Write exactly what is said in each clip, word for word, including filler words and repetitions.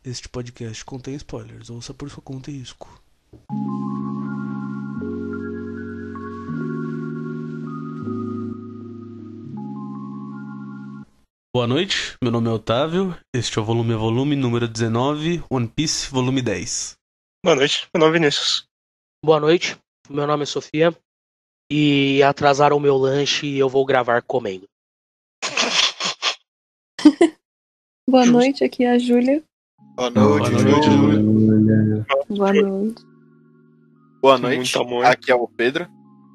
Este podcast contém spoilers, ouça por sua conta e risco. Boa noite, meu nome é Otávio, este é o Volume a Volume número dezenove, One Piece, volume dez. Boa noite, meu nome é Vinícius. Boa noite, meu nome é Sofia e atrasaram o meu lanche e eu vou gravar comendo. Boa Justo. noite, aqui é a Júlia. Boa noite, Boa noite, Júlia. Boa noite. Boa noite, Muito amor. aqui é o Pedro.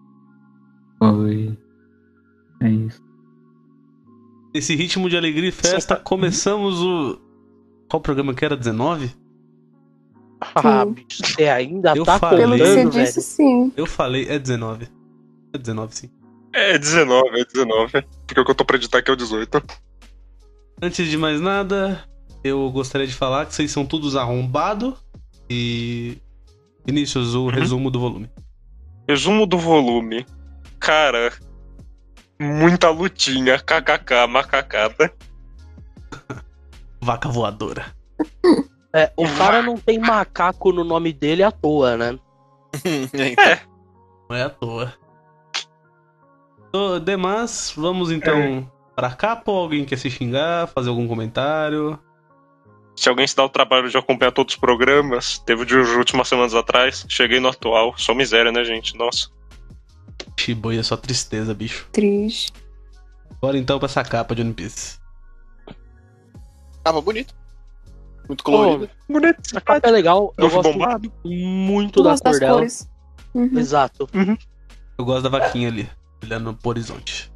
Oi. É isso. Nesse ritmo de alegria e festa, começamos o... Qual programa que era? dezenove? Ah, bicho, você ainda Eu tá falei. Pelo que contando, você velho. disse, sim. Eu falei, é dezenove. É dezenove, sim. É dezenove, é dezenove. Porque o que eu tô pra editar aqui é o dezoito. Antes de mais nada, eu gostaria de falar que vocês são todos arrombados e... Vinícius, o resumo do volume. Resumo do volume. Cara, muita lutinha, kkk, macacada. Vaca voadora. É, o cara não tem macaco no nome dele à toa, né? É, Não é à toa. So, demais, vamos então pra capa ou alguém quer se xingar, fazer algum comentário? se alguém se dá o trabalho de acompanhar todos os programas, teve o de últimas semanas atrás, cheguei no atual, só miséria, né, gente? Nossa. Shibuya é só tristeza, bicho. Triste. Bora então pra essa capa de One Piece. Tava bonito. Muito colorido. Bonito. A capa é legal, eu Novo gosto bombado. muito da Gosto cor das dela. cores. Uhum. Exato. Eu gosto da vaquinha ali, olhando pro horizonte.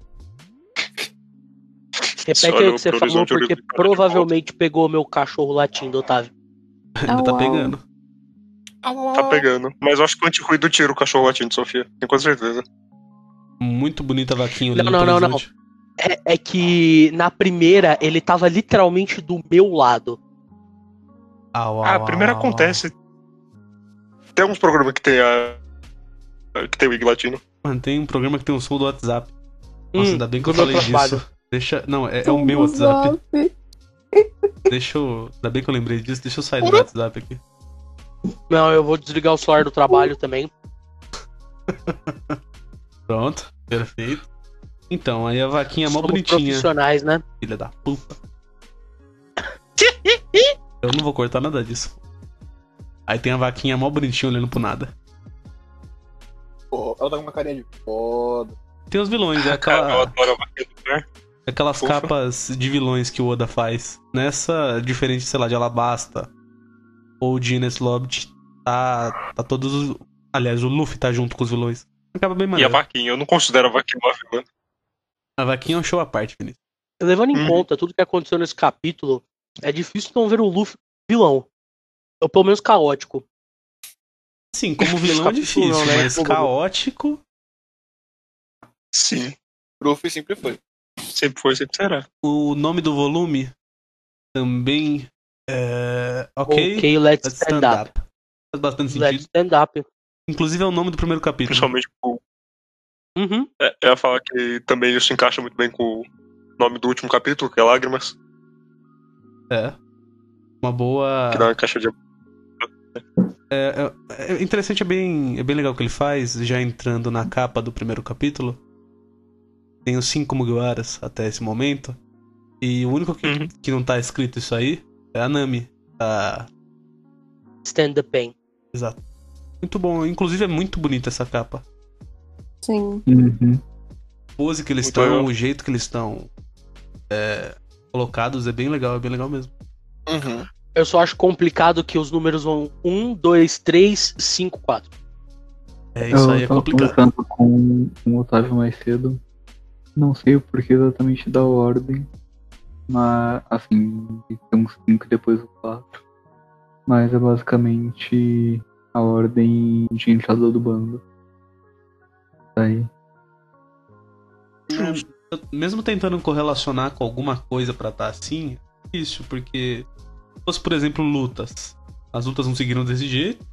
Repete Olha aí o o que você pro falou, horizonte, porque olha de volta. provavelmente pegou meu cachorro latindo, Otávio. Ainda tá uau. pegando. Tá pegando. Mas eu acho que o anti-ruído tira o cachorro latindo, Sofia. Tenho quase certeza. Muito bonita a vaquinha olhando Não, pro não, não, horizonte. É, é que na primeira ele tava literalmente do meu lado. Au, au, Ah, au, primeiro au, acontece. Tem alguns programas que tem a. que tem o Ig latino. au. Mano, tem um programa que tem um som do WhatsApp. Nossa, Hum, ainda bem que eu do meu falei trabalho. disso. Deixa. Não, é, é o meu WhatsApp. Deixa eu. Ainda bem que eu lembrei disso. Deixa eu sair do WhatsApp aqui. Não, eu vou desligar o celular do trabalho também. Pronto, perfeito. Então, aí a vaquinha é mó Somos bonitinha. profissionais, né? Filha da puta. Eu não vou cortar nada disso. Aí tem a vaquinha mó bonitinha olhando pro nada. Pô, ela tá com uma carinha de foda. Tem os vilões, é Cara, eu aquela, adoro a vaquinha do mar. aquelas Fofa. capas de vilões que o Oda faz. Nessa, diferente, sei lá, de Alabasta ou de Ines Lobby, tá, tá todos os... Aliás, o Luffy tá junto com os vilões. Acaba bem E a maneiro. vaquinha, eu não considero a vaquinha uma vilã. A vaquinha é um show à parte, Vinícius. Levando em Uhum. conta tudo que aconteceu nesse capítulo, é difícil não ver o Luffy vilão. Ou pelo menos caótico. Sim, como vilão é difícil, Não, né? mas caótico... Sim. Ruffy sempre foi. Sempre foi, sempre será. O nome do volume também é... Ok, Ok, let's let's stand stand up. up. Faz bastante Let's sentido. stand up. Inclusive é o nome do primeiro capítulo. Principalmente com. Uhum. É, eu ia falar que também isso encaixa muito bem com o nome do último capítulo, que é Lágrimas, É. Uma boa... que dá uma caixa de. É, é- é interessante, é bem, é bem legal o que ele faz, já entrando na capa do primeiro capítulo. Tem os cinco Mugiwaras até esse momento. E o único que, Uhum. que não tá escrito isso aí é a Nami. Tá... Stand the pain. Exato. Muito bom. Inclusive é muito bonita essa capa. Sim. Uhum. A pose que eles Muito estão, legal. o jeito que eles estão é, colocados é bem legal, é bem legal mesmo. Uhum. Eu só acho complicado que os números vão um, dois, três, cinco, quatro. É, isso aí Eu é tava complicado. conversando com, com o Otávio mais cedo. Não sei o porquê exatamente da ordem. Mas, assim, tem uns cinco e depois o quatro. Mas é basicamente a ordem de entrada do bando. Tá aí. Eu- mesmo tentando correlacionar com alguma coisa pra estar assim, é difícil, porque se fosse, por exemplo, lutas. As lutas não seguiram desse jeito.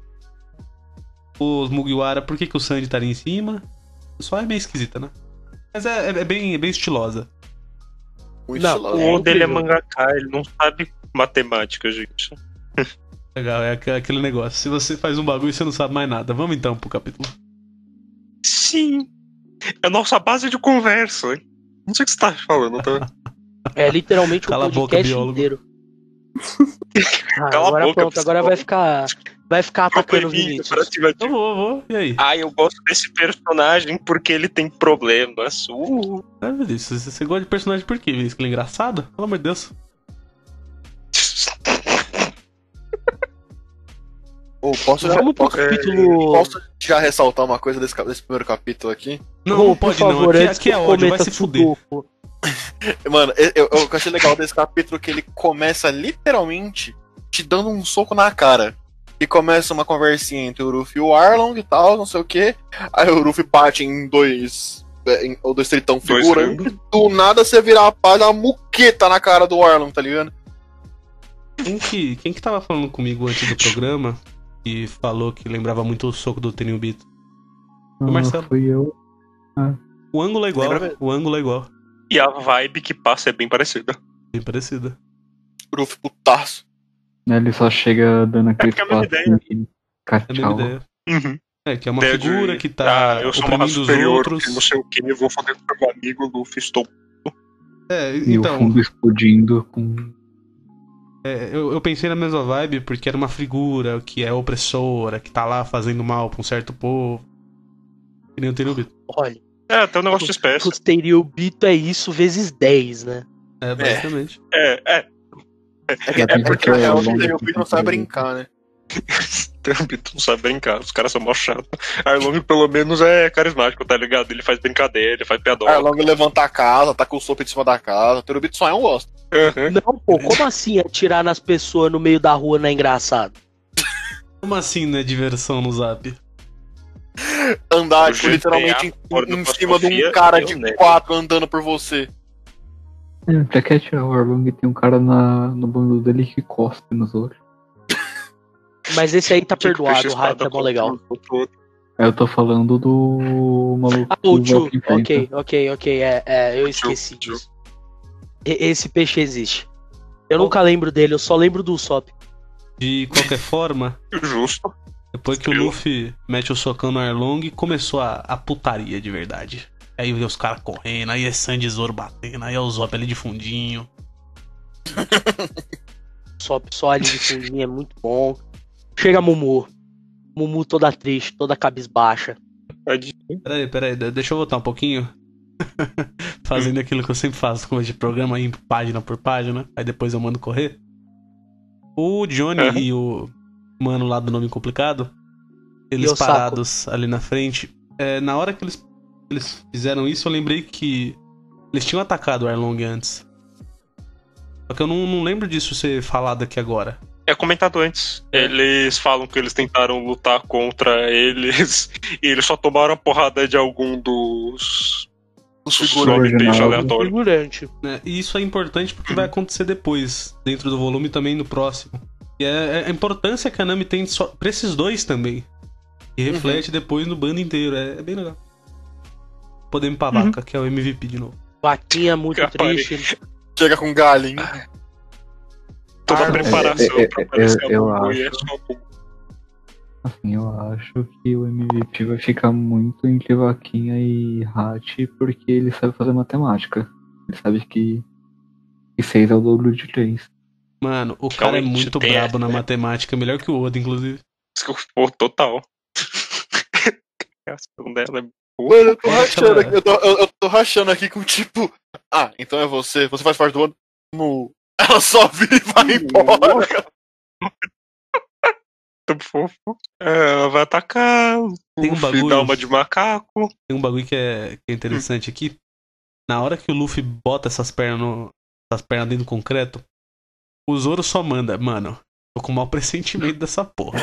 Os Mugiwara, por que, que o Sanji estaria em cima? Só é meio esquisita, né? Mas é, é- é bem, é bem estilosa. Muito Não, estiloso. É O dele é incrível. mangaka, ele não sabe matemática, gente. Legal, é aqu- aquele negócio. Se você faz um bagulho, você não sabe mais nada. Vamos então pro capítulo. Sim. É a nossa base de conversa. Não sei o que você tá falando, tá? É literalmente o Cala a boca, podcast biólogo. inteiro. Ah, Cala a agora boca, pronto, agora vai ficar. Vai ficar atacando o Vinícius. Eu vou, eu vou. E aí? Ah, eu gosto desse personagem porque ele tem problemas. Uh. Ah, Vinícius, você você gosta de personagem por quê, Vinícius? Que ele é engraçado? Pelo amor de Deus. Ô, posso, já, Vamos pro posso, capítulo. posso já ressaltar uma coisa desse, cap- desse primeiro capítulo aqui? Não, Ô, não por pode favor, não. Aqui, antes aqui é que ódio, vai cometa se fuder. sudoku. Mano, eu, eu, eu achei legal desse capítulo que ele começa literalmente te dando um soco na cara. E começa uma conversinha entre o Ruffy e o Arlong e tal, não sei o que. Aí o Ruffy bate em dois. Em, ou dois tritão Dois figurantes. Do nada você virar a paz, uma muqueta na cara do Arlong, tá ligado? Quem que, quem que tava falando comigo antes do programa e falou que lembrava muito o soco do Tenryubito? Não, Marcelo. fui eu. O ângulo é igual, Lembra mesmo? o ângulo é igual. E a vibe que passa é bem parecida. Bem parecida. O Ruffy putaço. Ele só chega dando aquele porque é a mesma passo ideia. e É a mesma tchau. ideia. Uhum. É, que é uma Ideia de- figura que tá Ah, eu sou uma raça oprimindo os superior, outros. que não sei o que, eu vou foder com meu amigo Luffy, estou. É, E então, o fundo explodindo com. é, eu, eu pensei na mesma vibe porque era uma figura que é opressora, que tá lá fazendo mal pra um certo povo. Que nem o Tenryubito. Olha, É, até um negócio de espécie. o Tenryubito é isso vezes dez, né? É, basicamente. É, é. Já É porque na real o longo Tenryubito não tempo sabe dele. brincar, né? Tenryubito não sabe brincar, os caras são mó chatos. Arlong pelo menos é carismático, tá ligado? Ele faz brincadeira, ele faz piadoca. Arlong levanta a casa, tá com o sopa em cima da casa. O Tenryubito só é um bosta. Uhum. Não, pô, como assim atirar nas pessoas no meio da rua não é engraçado? Como assim, né? Diversão no zap? Andar, O tipo, G T A literalmente em, fora em da cima de Sofia, um cara eu de nego. quatro andando por você. É, pra que atirar o Arlong tem um cara na, no bando dele que cospe nos outros. Mas esse aí tá Que que perdoado, puxa o hype espada tá mó legal. contra o outro. Eu tô falando do maluco Ah, o do tio, Walking Panther. ok, ok, ok, é, é, eu tio, esqueci tio. disso. E- Esse peixe existe. Eu nunca lembro dele, eu só lembro do Usopp. De qualquer forma, Justo. depois que o Eu- Luffy mete o socão no Arlong, começou a, a putaria de verdade. Aí vê os caras correndo, aí é Sandy e Zoro batendo, aí é o Zop ali de fundinho. Usopp só ali de fundinho é muito bom. Chega a Mumu. Mumu toda triste, toda cabisbaixa. Peraí, peraí, de- deixa eu voltar um pouquinho. Fazendo aquilo que eu sempre faço com esse programa, indo página por página, aí depois eu mando correr. O Johnny Uhum. e o mano lá do nome complicado, eles E o Saco. parados ali na frente, é, na hora que eles, eles fizeram isso, eu lembrei que eles tinham atacado o Arlong antes. Só que eu não, não lembro disso ser falado aqui agora. É comentado antes. Eles falam que eles tentaram lutar contra eles e eles só tomaram a porrada de algum dos. Os dos figurantes. nome peixe original. aleatório. Figurante. Né? E isso é importante porque vai acontecer depois, dentro do volume e também no próximo. E é, é a importância que a Nami tem só pra esses dois também. E reflete depois no bando inteiro. É, é bem legal. Podemos pra vaca, que é o M V P de novo. Vaquinha muito Capari. triste. Chega com galinha. Toda a Ah, preparação é, é, pra é, aparecer eu a Mumu e é acho. só a Mumu. Assim, eu acho que o M V P vai ficar muito entre Vaquinha e Hachi porque ele sabe fazer matemática. Ele sabe que, que seis é o dobro de três. Mano, o cara é Realmente muito tem brabo essa, na né? matemática, melhor que o Oda, inclusive. Pô, total. A ação dela é Mano, eu tô Aquela- rachando aqui, eu tô, eu, eu tô rachando aqui com tipo. Ah, então é você, você faz parte do ano. Mu. Ela só vira e vai embora. muito fofo. É, ela vai atacar. Tem um Luffy bagulho- dá uma de macaco. Tem um bagulho que é, que é interessante aqui. Na hora que o Luffy bota essas pernas no, essas pernas dentro do concreto, o Zoro só manda, mano, tô com mau pressentimento dessa porra.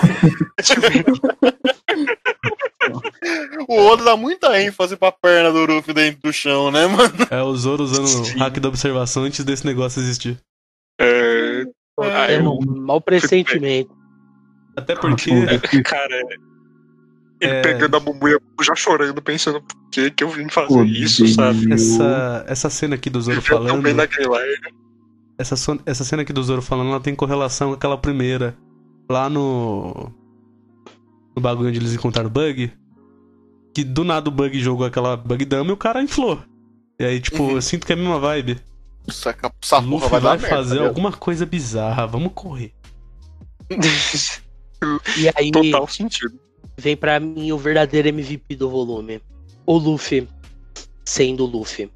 O Oda dá muita ênfase pra perna do Luffy dentro do chão, né, mano? É o Zoro usando Sim. o hack da observação antes desse negócio existir. É, Ah, É, eu- mau, mau pressentimento. Até porque cara, ele É. pegando a Mumu e a Mumu já chorando, pensando por que que eu vim fazer Odeio. isso, sabe? essa, essa cena aqui do Zoro Eu tô bem falando naquele line. essa, so- essa cena aqui do Zoro falando, ela tem correlação com aquela primeira. Lá no. No bagulho onde eles encontraram o bug. Que do nada o bug jogou aquela bug dama e o cara inflou. E aí, tipo, Uhum. eu sinto que é a mesma vibe. Essa, essa O porra Luffy vai vai dar merda, fazer tá ligado? alguma coisa bizarra, vamos correr. E aí Total sentido. vem pra mim o verdadeiro M V P do volume. O Luffy sendo o Luffy.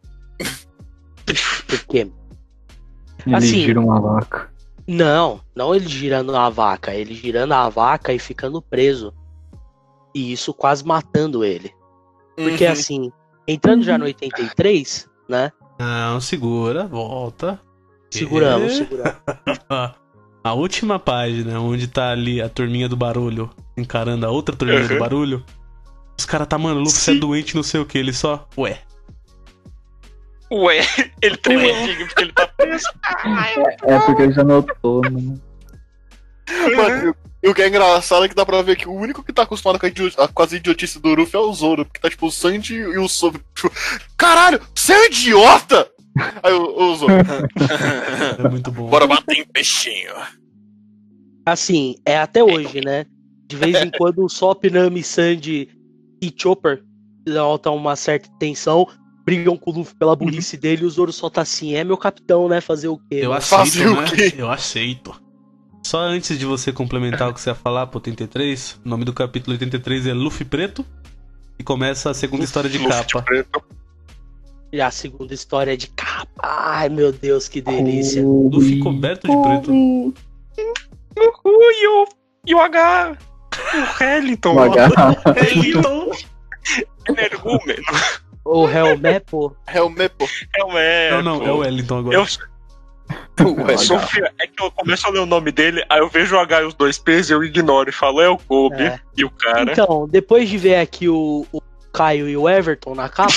Por quê? Ele Assim, gira uma vaca. Não, não ele girando a vaca, ele girando a vaca e ficando preso. E isso quase matando ele. Porque Uhum. assim, entrando já no oitenta e três, né? Não, segura, volta. Seguramos, E- seguramos. A última página, onde tá ali a turminha do barulho encarando a outra turminha do Uhum. barulho. Os caras tá, mano, Luffy, você é Sim. doente, não sei o que. Ele só, ué. Ué, ele tremendinho porque ele tá preso. É porque ele já notou, né? Mano, e o que é engraçado é que dá pra ver que o único que tá acostumado com, a idi- com as idiotices do Luffy é o Zoro. Porque tá tipo o Sanji e o Sobe. Tipo, caralho, você é um idiota! Aí o, o Zoro. É muito bom. Bora bater em peixinho. Assim, é até hoje, né? De vez em quando o Sop, Nami, Sandy e Chopper notam uma certa tensão, brigam com o Luffy pela burrice dele e o Zoro só tá assim, é meu capitão, né? Fazer o quê? Eu né? aceito, Fazer o né? quê? Eu aceito. Só antes de você complementar o que você ia falar pro oitenta e três, o nome do capítulo oitenta e três é Luffy Preto. E começa a segunda história de Luffy capa. preto. E a segunda história é de capa. Ai, meu Deus, que delícia. Luffy coberto de preto. Ui. Uhul, e o, e o H. O Hellington. O H. Então, Energúmeno. O Hellmepo. Realmente, pô. É o Echo. não, não, é o Wellington agora. Eu, Ué, Sofia, é que eu começo a ler o nome dele, aí eu vejo o H e os dois P's e eu ignoro e falo, é o Kobe É. e o cara. Então, depois de ver aqui o, o Caio e o Everton na capa,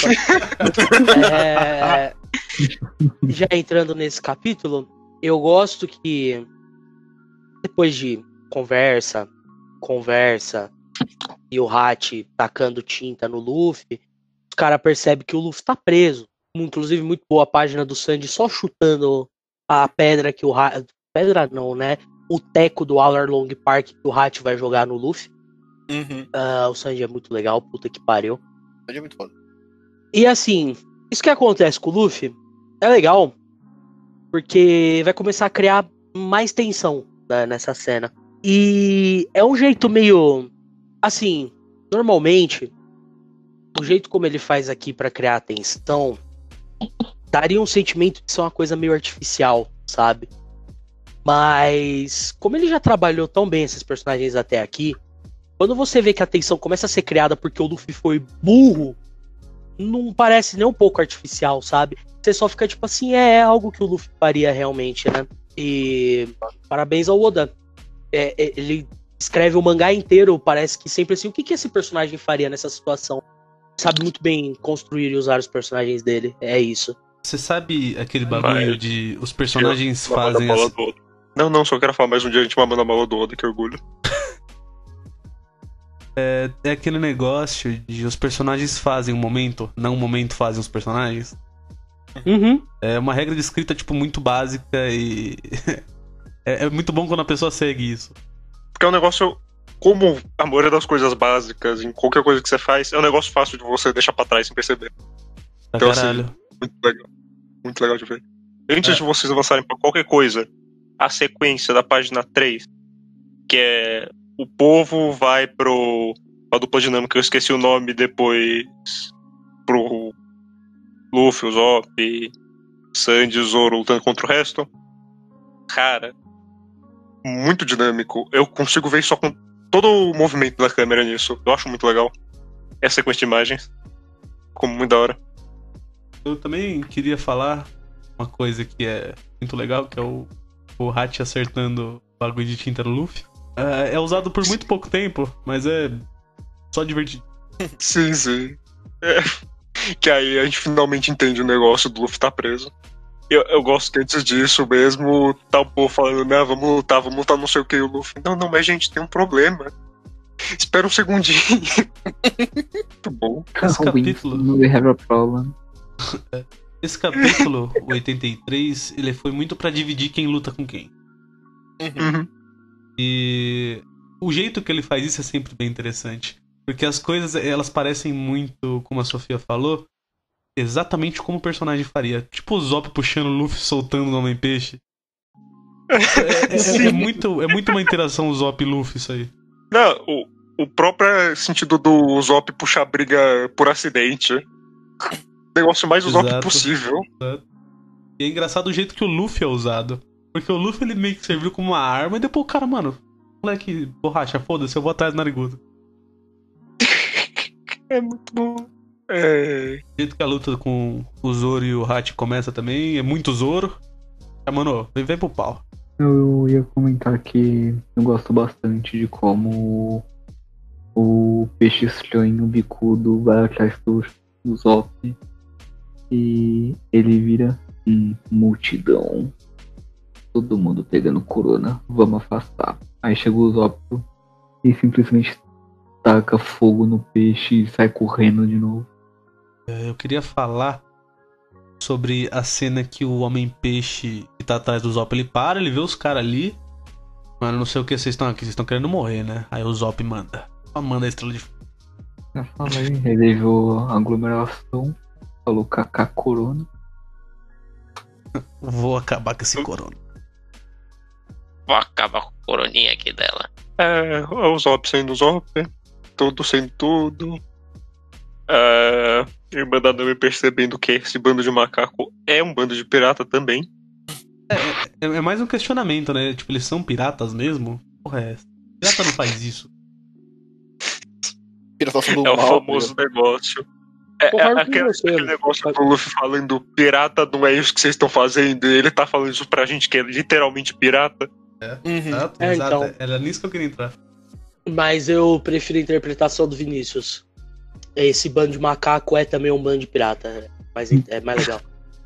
é, já entrando nesse capítulo, eu gosto que depois de conversa, conversa e o Hat tacando tinta no Luffy, os caras percebem que o Luffy tá preso. Inclusive, muito boa a página do Sandy só chutando a pedra que o Hat. Pedra não, né? O teco do Long Park que o Hat vai jogar no Luffy. Uhum. Ah, o Sanji é muito legal, puta que pariu. Sanji é muito foda. E assim, isso que acontece com o Luffy é legal, porque vai começar a criar mais tensão, né, nessa cena. E é um jeito meio. Assim, normalmente, o jeito como ele faz aqui pra criar tensão daria um sentimento de ser uma coisa meio artificial, sabe? Mas, como ele já trabalhou tão bem esses personagens até aqui, quando você vê que a tensão começa a ser criada porque o Luffy foi burro, não parece nem um pouco artificial, sabe? Você só fica tipo assim, é, é algo que o Luffy faria realmente, né? E parabéns ao Oda. É, é, ele escreve o mangá inteiro, parece que sempre assim, o que, que esse personagem faria nessa situação? Sabe muito bem construir e usar os personagens dele, é isso. Você sabe aquele bagulho Mas- de os personagens Mamando a fazem bola as... do Oda. Não, não, só quero falar mais um dia a gente mamando a bola do Oda, que orgulho. É, é aquele negócio de os personagens fazem um momento, não um momento fazem os personagens. Uhum. É uma regra de escrita, tipo, muito básica e... é, é muito bom quando a pessoa segue isso. Porque é um negócio, como a maioria das coisas básicas, em qualquer coisa que você faz, é um negócio fácil de você deixar pra trás sem perceber. Pra Então, assim, caralho. Muito legal. Muito legal de ver. Antes É. de vocês avançarem pra qualquer coisa, a sequência da página três, que é o povo vai pro a dupla dinâmica, eu esqueci o nome, depois pro Luffy, o Zop, Sandy e Zoro lutando contra o resto. Cara, muito dinâmico. Eu consigo ver só com todo o movimento da câmera nisso. Eu acho muito legal. Essa sequência de imagens. Ficou muito da hora. Eu também queria falar uma coisa que é muito legal, que é o, o Hat acertando o bagulho de tinta no Luffy. É, é usado por muito pouco tempo, mas é só divertido. Sim, sim. É. Que aí a gente finalmente entende o negócio do Luffy tá preso. Eu, eu gosto que antes disso mesmo, tá o povo falando, né, vamos lutar, vamos lutar não sei o que, o Luffy. Não, não, mas gente, tem um problema. Espera um segundinho. Muito bom. Esse capítulo, We have a problem. Esse capítulo, o oitenta e três, ele foi muito pra dividir quem luta com quem. Uhum. E o jeito que ele faz isso é sempre bem interessante. Porque as coisas, elas parecem muito, como a Sofia falou, exatamente como o personagem faria. Tipo o Zop puxando o Luffy, soltando o Homem-Peixe. É, é, é muito, é muito uma interação Zop e Luffy isso aí. Não, o, o próprio sentido do Zop puxar briga por acidente. Negócio mais Zop Exato. possível. E é engraçado o jeito que o Luffy é usado. Porque o Luffy ele meio que serviu como uma arma e depois o cara, mano, moleque, borracha, foda-se, eu vou atrás do narigudo. É muito bom. É... O jeito que a luta com o Zoro e o Hachi começa também é muito Zoro. Ah, mano, vem, vem pro pau. Eu ia comentar que eu gosto bastante de como o peixe estranho bicudo vai atrás do, do Zop e ele vira um multidão. Todo mundo pegando corona, vamos afastar. Aí chega o Zop e simplesmente taca fogo no peixe e sai correndo de novo. Eu queria falar sobre a cena que o Homem-Peixe que tá atrás do Zop, ele para, ele vê os caras ali. Mano, não sei o que vocês estão aqui, vocês estão querendo morrer, né? Aí o Zop manda. Só manda a estrela de fogo. Já falei, ele viu a aglomeração, falou Kaká corona. Vou acabar com esse corona. Vou acabar com a coroninha aqui dela. É, o Zop sendo o Zop, tudo sendo tudo. É, Irmã da Nami percebendo que esse bando de macaco é um bando de pirata também. É, é, é mais um questionamento, né? Tipo, eles são piratas mesmo? Porra, é essa? Pirata não faz isso. Piratação do É o mal, famoso negócio. É, é Concordo com aquele, você, aquele né? negócio do Luffy falando pirata não é isso que vocês estão fazendo. E ele tá falando isso pra gente que é literalmente pirata. Uhum. Exato, É, exato. então. Era nisso que eu queria entrar. Mas eu prefiro a interpretação do Vinícius. Esse bando de macaco é também um bando de pirata. Mas é mais legal.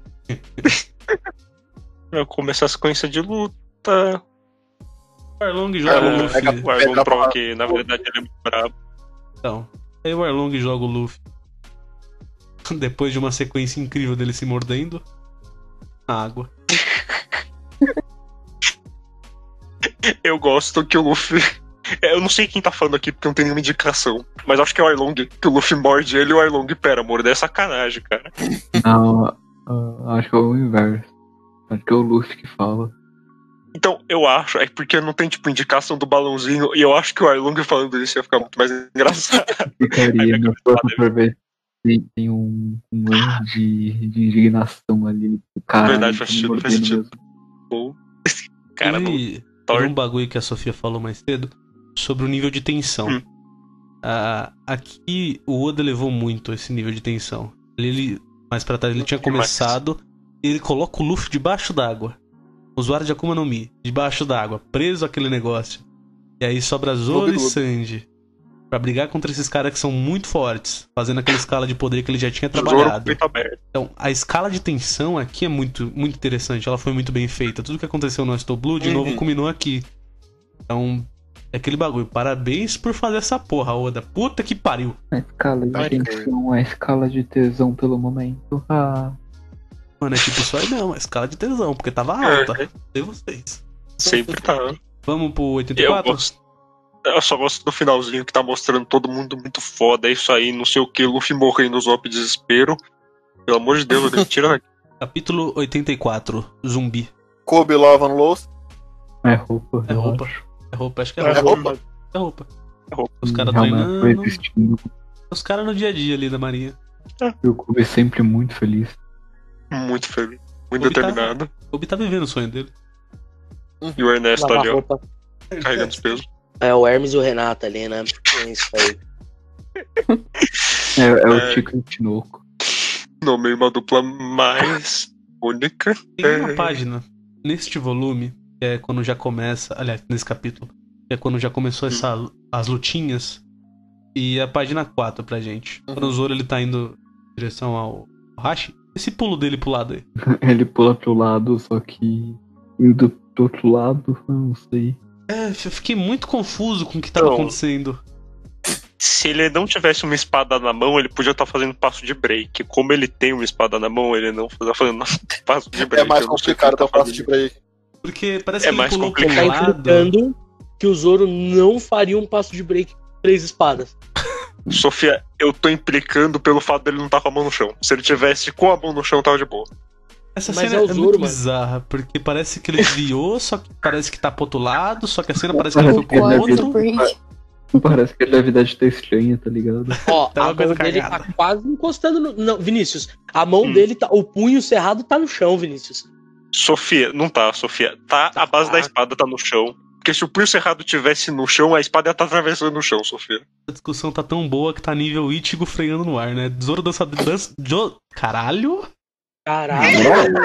Começa a sequência de luta. O Arlong joga É, o Luffy. pega- O Arlong Pega prova pra- que na verdade ele é muito brabo. Então, aí o Arlong joga o Luffy. Depois de uma sequência incrível dele se mordendo na água. Eu gosto que o Luffy. Eu não sei quem tá falando aqui porque não tem nenhuma indicação. Mas acho que é o Arlong. Que o Luffy morde ele e o Arlong. Pera, morder é sacanagem, cara. Não, ah, acho que é o inverso. Acho que é o Luffy que fala. Então, eu acho, é porque não tem, tipo, indicação do balãozinho. E eu acho que o Arlong falando isso ia ficar muito mais engraçado. Ficaria, Aí, mas só pra ver. Tem, tem um, um ano de, de indignação ali. Cara, Verdade, faz sentido, faz sentido. Pô, cara, não. Teve, teve um bagulho que a Sofia falou mais cedo sobre o nível de tensão. Hum. Ah, aqui o Oda levou muito esse nível de tensão. Ele, ele mais pra trás ele tinha Demais. começado, ele coloca o Luffy debaixo d'água. Usuário de Akuma no Mi, debaixo d'água, preso àquele negócio. E aí sobra Zoro e Tudo. Sanji pra brigar contra esses caras que são muito fortes, fazendo aquela escala de poder que ele já tinha Zoro com o trabalhado. peito aberto. Então, a escala de tensão aqui é muito, muito interessante. Ela foi muito bem feita. Tudo que aconteceu no Stone Blue, de Uhum. novo, culminou aqui. Então, é aquele bagulho. Parabéns por fazer essa porra, Oda. Puta que pariu. A escala de Ai, tensão, a escala de tesão pelo momento. Ah, Mano, é tipo isso aí mesmo. A escala de tesão, porque tava alta. É, Sei vocês. sempre tá. Vamos pro oitenta e Eu quatro? gosto. Eu só gosto do finalzinho que tá mostrando todo mundo muito foda. É isso aí, não sei o que. Luffy morrendo, Zop desespero. Pelo amor de Deus, ele tira daqui. Capítulo oitenta e quatro. Zumbi. Kobe lavando louça. é roupa. É eu roupa. acho. É roupa, acho que é É roupa. roupa. É roupa. É roupa. Os caras Realmente foi treinando. existindo. Os caras no dia a dia ali da Marinha. E o Kobe sempre muito feliz. Muito feliz. Muito Kobe tá- determinado. O Obi tá vivendo o sonho dele. E o Ernesto Lavar ali, ó, roupa. carregando os pesos. É o Hermes e o Renato ali, né? É isso aí. É, é o É. Tico e o Tinoco. No meio uma dupla mais única. Tem uma É. página neste volume, que é quando já começa, aliás, nesse capítulo, que é quando já começou essa, as lutinhas, e a página quatro pra gente. Uhum. Quando o Zoro ele tá indo em direção ao Hashi, esse pulo dele pro lado aí. Ele pula pro lado, só que indo pro outro lado, eu não sei. É, eu fiquei muito confuso com o que tava Não. acontecendo. Se ele não tivesse uma espada na mão, ele podia estar fazendo passo de break. Como ele tem uma espada na mão, ele não está fazendo passo de break. É mais Eu não sei o que complicado ele tá dar passo fazendo. de break. Porque parece É que ele mais pulou pro complicado. Tá lado. implicando que o Zoro não faria um passo de break com três espadas. Sofia, eu tô implicando pelo fato dele não estar com a mão no chão. Se ele tivesse com a mão no chão, tava de boa. Essa Mas cena é é, o Zoro, muito mano. bizarra, porque parece que ele desviou, só que parece que tá pro outro lado, só que a cena parece que ele foi O pro Ele quarto outro. break. Parece que a gravidade tá estranha, tá ligado? Ó, Tá uma a coisa mão dele cagada. tá quase encostando no. Não, Vinícius, a mão Hum. dele tá. O punho cerrado tá no chão, Vinícius. Sofia, não tá, Sofia. Tá, a base da espada tá no chão. Porque se o punho cerrado tivesse no chão, a espada ia tá atravessando o chão, Sofia. A discussão tá tão boa que tá nível Ichigo freando no ar, né? Zoro dança... dança jo... Caralho? Caralho.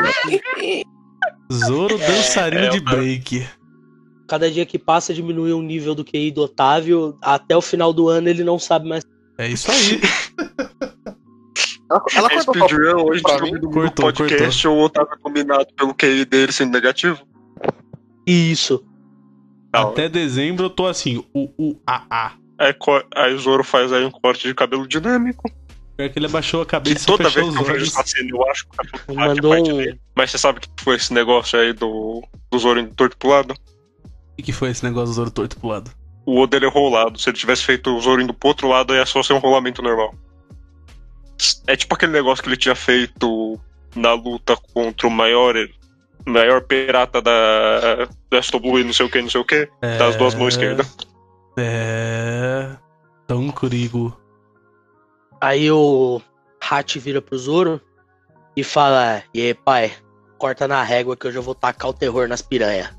Zoro dançarino é, de eu tava- break. Cada dia que passa diminui o nível do Q I do Otávio. Até o final do ano ele não sabe mais. É isso aí. Ela, ela É cortou o speedrun, papo hoje pra no mim. do Cortou, podcast, o Otávio é dominado pelo Q I dele sendo negativo. Isso. Não, Até dezembro eu tô assim, o U A A. Aí, co- aí o Zoro faz aí um corte de cabelo dinâmico. Pior que ele abaixou a Que cabeça e toda fechou vez os que eu vejo olhos. essa cena, eu acho que tá tudo lá, que é Mandou parte um. dele. Mas você sabe o que foi esse negócio aí do, do Zoro indo torto pro lado? O que foi esse negócio do Zoro torto pro lado? O Oda ele é rolado. Se ele tivesse feito o Zoro indo pro outro lado, ia só ser um rolamento normal. É tipo aquele negócio que ele tinha feito na luta contra o maior, maior pirata da, da Astro Blue e não sei o que, não sei o que, das duas mãos esquerdas. É. Tão Kurigo. Aí o Hachi vira pro Zoro e fala: E aí, pai, corta na régua que eu já vou tacar o terror nas piranha.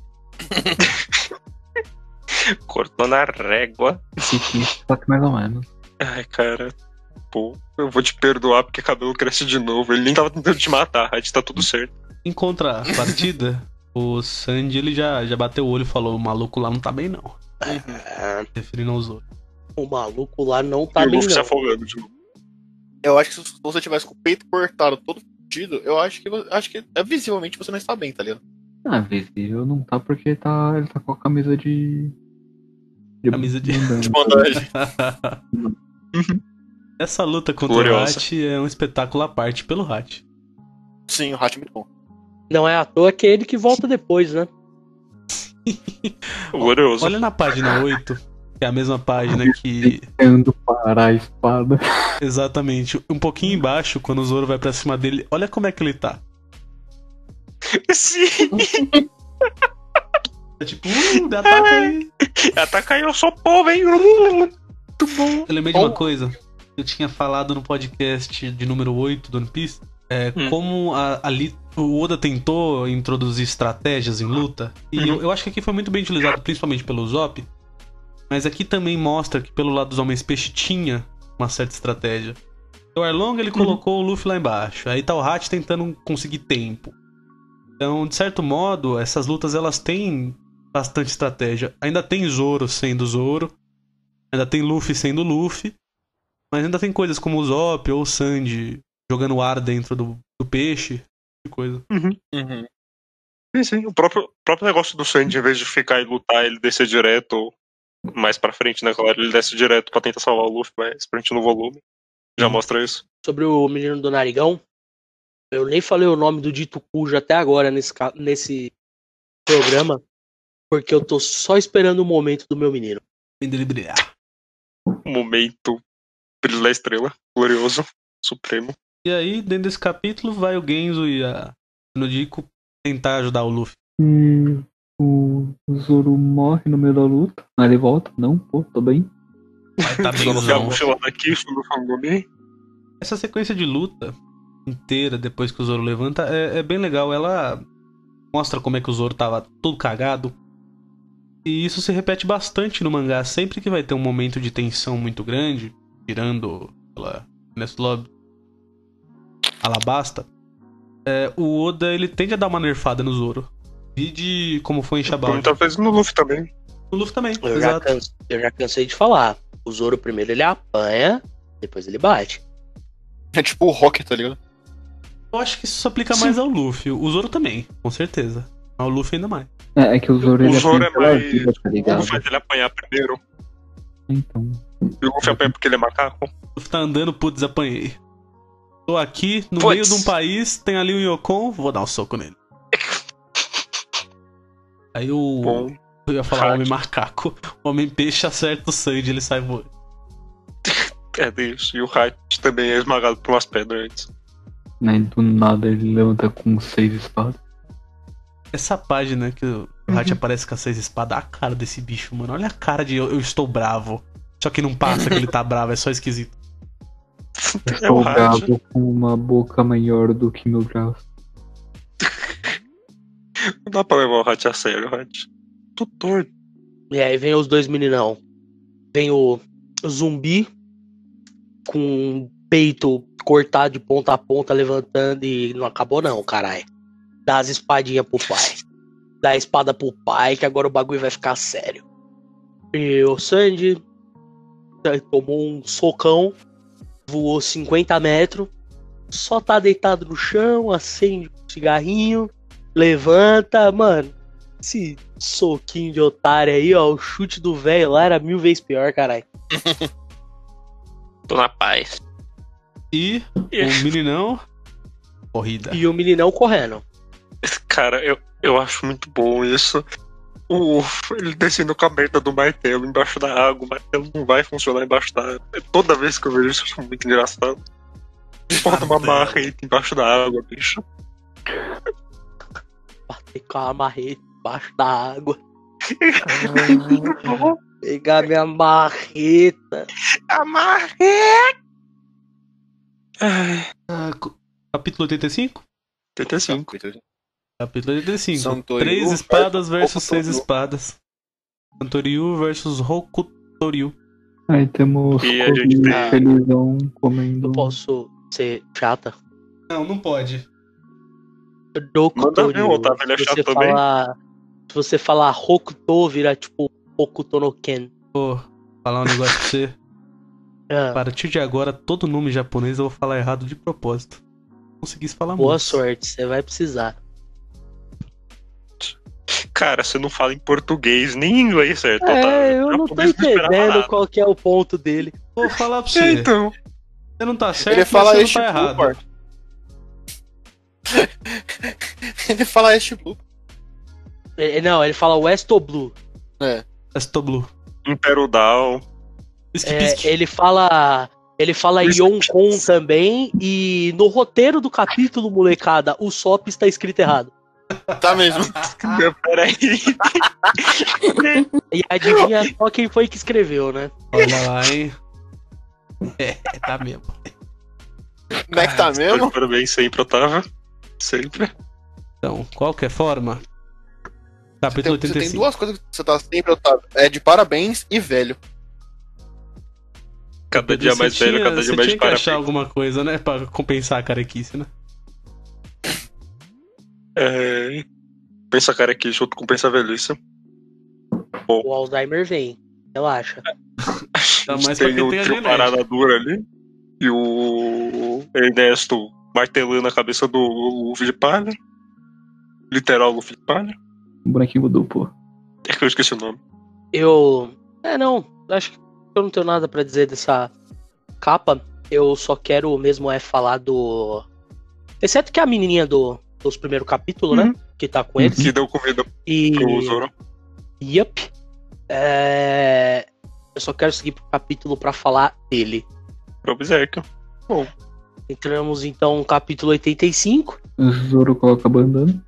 Cortou na régua. Só que mais ou menos. Ai, cara. Pô, eu vou te perdoar porque cabelo cresce de novo. Ele nem tava tentando te matar, a gente tá tudo certo. Em contrapartida, o Sandy ele já, já bateu o olho e falou: o maluco lá não tá bem, não. Ah, Referindo ao Zoro. o maluco lá não tá e o bem, Luffy se não. afogando de novo. Eu acho que se você tivesse com o peito cortado todo fudido, eu acho que acho que é, visivelmente você não está bem, tá ligado? Ah, visível não tá porque tá, ele tá com a camisa de. de Camisa de- bandana. De bandagem. Essa luta contra Gloriosa. o Hachi é um espetáculo à parte pelo Hachi. Sim, o Hat é muito bom. Não é à toa que é ele que volta depois, né? Glorioso. Olha na página oito, que é a mesma página que. Tentando parar a espada. Exatamente. Um pouquinho embaixo, quando o Zoro vai pra cima dele, olha como é que ele tá. Sim, É tipo, uh, me ataca aí. ataca aí, eu sou povo, hein? Muito bom. Eu lembrei de uma Bom. coisa que eu tinha falado no podcast de número oito do One Piece. É, Hum. como a- ali o Oda tentou introduzir estratégias em luta. E Uhum. eu, eu acho que aqui foi muito bem utilizado, principalmente pelo Zop. Mas aqui também mostra que pelo lado dos Homens Peixe tinha uma certa estratégia. O Arlong ele colocou o Luffy lá embaixo. Aí tá o Hachi tentando conseguir tempo. Então, de certo modo, essas lutas elas têm bastante estratégia. Ainda tem Zoro sendo Zoro. Ainda tem Luffy sendo Luffy. Mas ainda tem coisas como o Zop ou o Sandy jogando ar dentro do, do peixe. Tipo de coisa. Uhum. Sim, sim. O próprio, próprio negócio do Sandy, em vez de ficar e lutar, ele descer direto mais pra frente, né? Claro, ele desce direto pra tentar salvar o Luffy, mas pra gente no volume. Já Uhum. mostra isso. Sobre o menino do narigão, eu nem falei o nome do dito cujo até agora nesse, ca- nesse programa, porque eu tô só esperando o momento do meu menino. Vem dele brilhar. O momento brilho da estrela, glorioso, supremo. E aí, dentro desse capítulo, vai o Genzo e a Nodiko tentar ajudar o Luffy. E o Zoro morre no meio da luta. Aí ele volta. Não, pô, tô bem. Vai tá Só não ficar benzão. mochila daqui, isso no Fangumi. Essa sequência de luta inteira, depois que o Zoro levanta, é, é bem legal. Ela mostra como é que o Zoro tava todo cagado. E isso se repete bastante no mangá. Sempre que vai ter um momento de tensão muito grande, tirando pela Nest Lobby Alabasta, é, o Oda ele tende a dar uma nerfada no Zoro. Vide como foi em Shabbat. Muitas vezes no Luffy também. O Luffy também, Eu já, exato. canse- eu já cansei de falar. O Zoro primeiro ele apanha, depois ele bate. É tipo o Rocket, tá ligado? Eu acho que isso se aplica mais ao Luffy. O Zoro também, com certeza. Mas o Luffy ainda mais. É, é que o Zoro O ele Zoro apanha é pela mais- vida, tá O ligado? Luffy faz ele apanhar primeiro. Então. E o Luffy apanha porque ele é macaco. O Luffy tá andando, putz, apanhei. Tô aqui, no Puts. meio de um país, tem ali o Yokon, vou dar um soco nele. Aí o... Bom. Eu ia falar Hack. homem macaco. O homem peixe acerta o Sandy, ele sai voando. É isso. E o Hat também é esmagado por umas pedras antes. Né, do nada ele levanta com seis espadas. Essa página que o Hat aparece com as seis espadas, a cara desse bicho, mano. Olha a cara de eu, eu estou bravo. Só que não passa que ele tá bravo, é só esquisito. É o Estou Hat. bravo com uma boca maior do que meu braço. Não dá pra levar o Hat a sério, o Hat. Tô doido. E aí vem os dois meninão. Vem o zumbi com o peito cortado de ponta a ponta, levantando e não acabou não, caralho. Dá as espadinhas pro pai. Dá a espada pro pai, que agora o bagulho vai ficar sério. E o Sandy tomou um socão, voou cinquenta metros, só tá deitado no chão, acende um cigarrinho, levanta, mano. Esse soquinho de otário aí, ó, o chute do velho lá era mil vezes pior, caralho. Tô na paz. E o meninão... Corrida. E o meninão correndo. Cara, eu, eu acho muito bom isso. O, ele descendo com a merda do martelo embaixo da água. O martelo não vai funcionar embaixo da água. Toda vez que eu vejo isso, eu acho muito engraçado. Bota uma marreta embaixo da água, bicho. Bater com a marreta embaixo da água. Pegar minha marreta. A marreta! Ah, co- capítulo oitenta e cinco? oitenta e cinco. Capítulo oitenta e cinco. Santoryu Três espadas versus versus seis Hokutoryu. espadas. Santoryu versus Hokutoryu. Aí temos E a gente Kobe tem- felizão comendo. Eu posso ser chata? Não, não pode. Manda ver, Otávio, ele é Se chato você também. falar, se você falar Hokuto, vira tipo Hokuto no Ken. Vou falar um negócio pra você. Ah, A partir de agora, todo nome japonês eu vou falar errado de propósito. Não consegui falar boa muito. sorte, você vai precisar. Cara, você não fala em português nem em inglês, certo? É, Otávio? eu não tô Japonês esperava entendendo nada. qual que é o ponto dele. Vou falar pra É, você. então. Você não tá certo, Ele fala mas este você não tá errado. blue, Ele fala este blue. É, não, ele fala Westo Blue. Esto Blue. Impero Down. É, ele fala. Ele fala Yonkon também. E no roteiro do capítulo, molecada, o Sop está escrito errado. Tá mesmo. Peraí. E adivinha só quem foi que escreveu, né? Olha lá, hein? É, tá mesmo. Como é que tá mesmo? Parabéns sempre, Otávio. Sempre. Então, qualquer forma. Capítulo Tem, você tem oitenta e cinco. duas coisas que você tá sempre, Otávio. É de parabéns e velho. Cada dia Você mais tinha- velho, cada dia você mais tinha de que achar parabéns. alguma coisa, né? Pra compensar a carequice, né? É... Pensa cara aqui junto com pensa velhice. O Alzheimer vem. Relaxa. Tá mais tem pra quem o tem a trio genética. parada dura ali. E o Ernesto martelando a cabeça do Luffy de palha. Literal Luffy de palha. O bonequinho duplo. É que eu esqueci o nome. Eu. É, não. Acho que eu não tenho nada pra dizer dessa capa. Eu só quero mesmo é falar do. Exceto que a menininha do, dos primeiros capítulos, né? Que tá com eles. Que deu comida E. pro Zoro. Yup. É... Eu só quero seguir pro capítulo pra falar dele. Pro Berserk. Entramos então no capítulo oitenta e cinco. O Zoro coloca a bandana.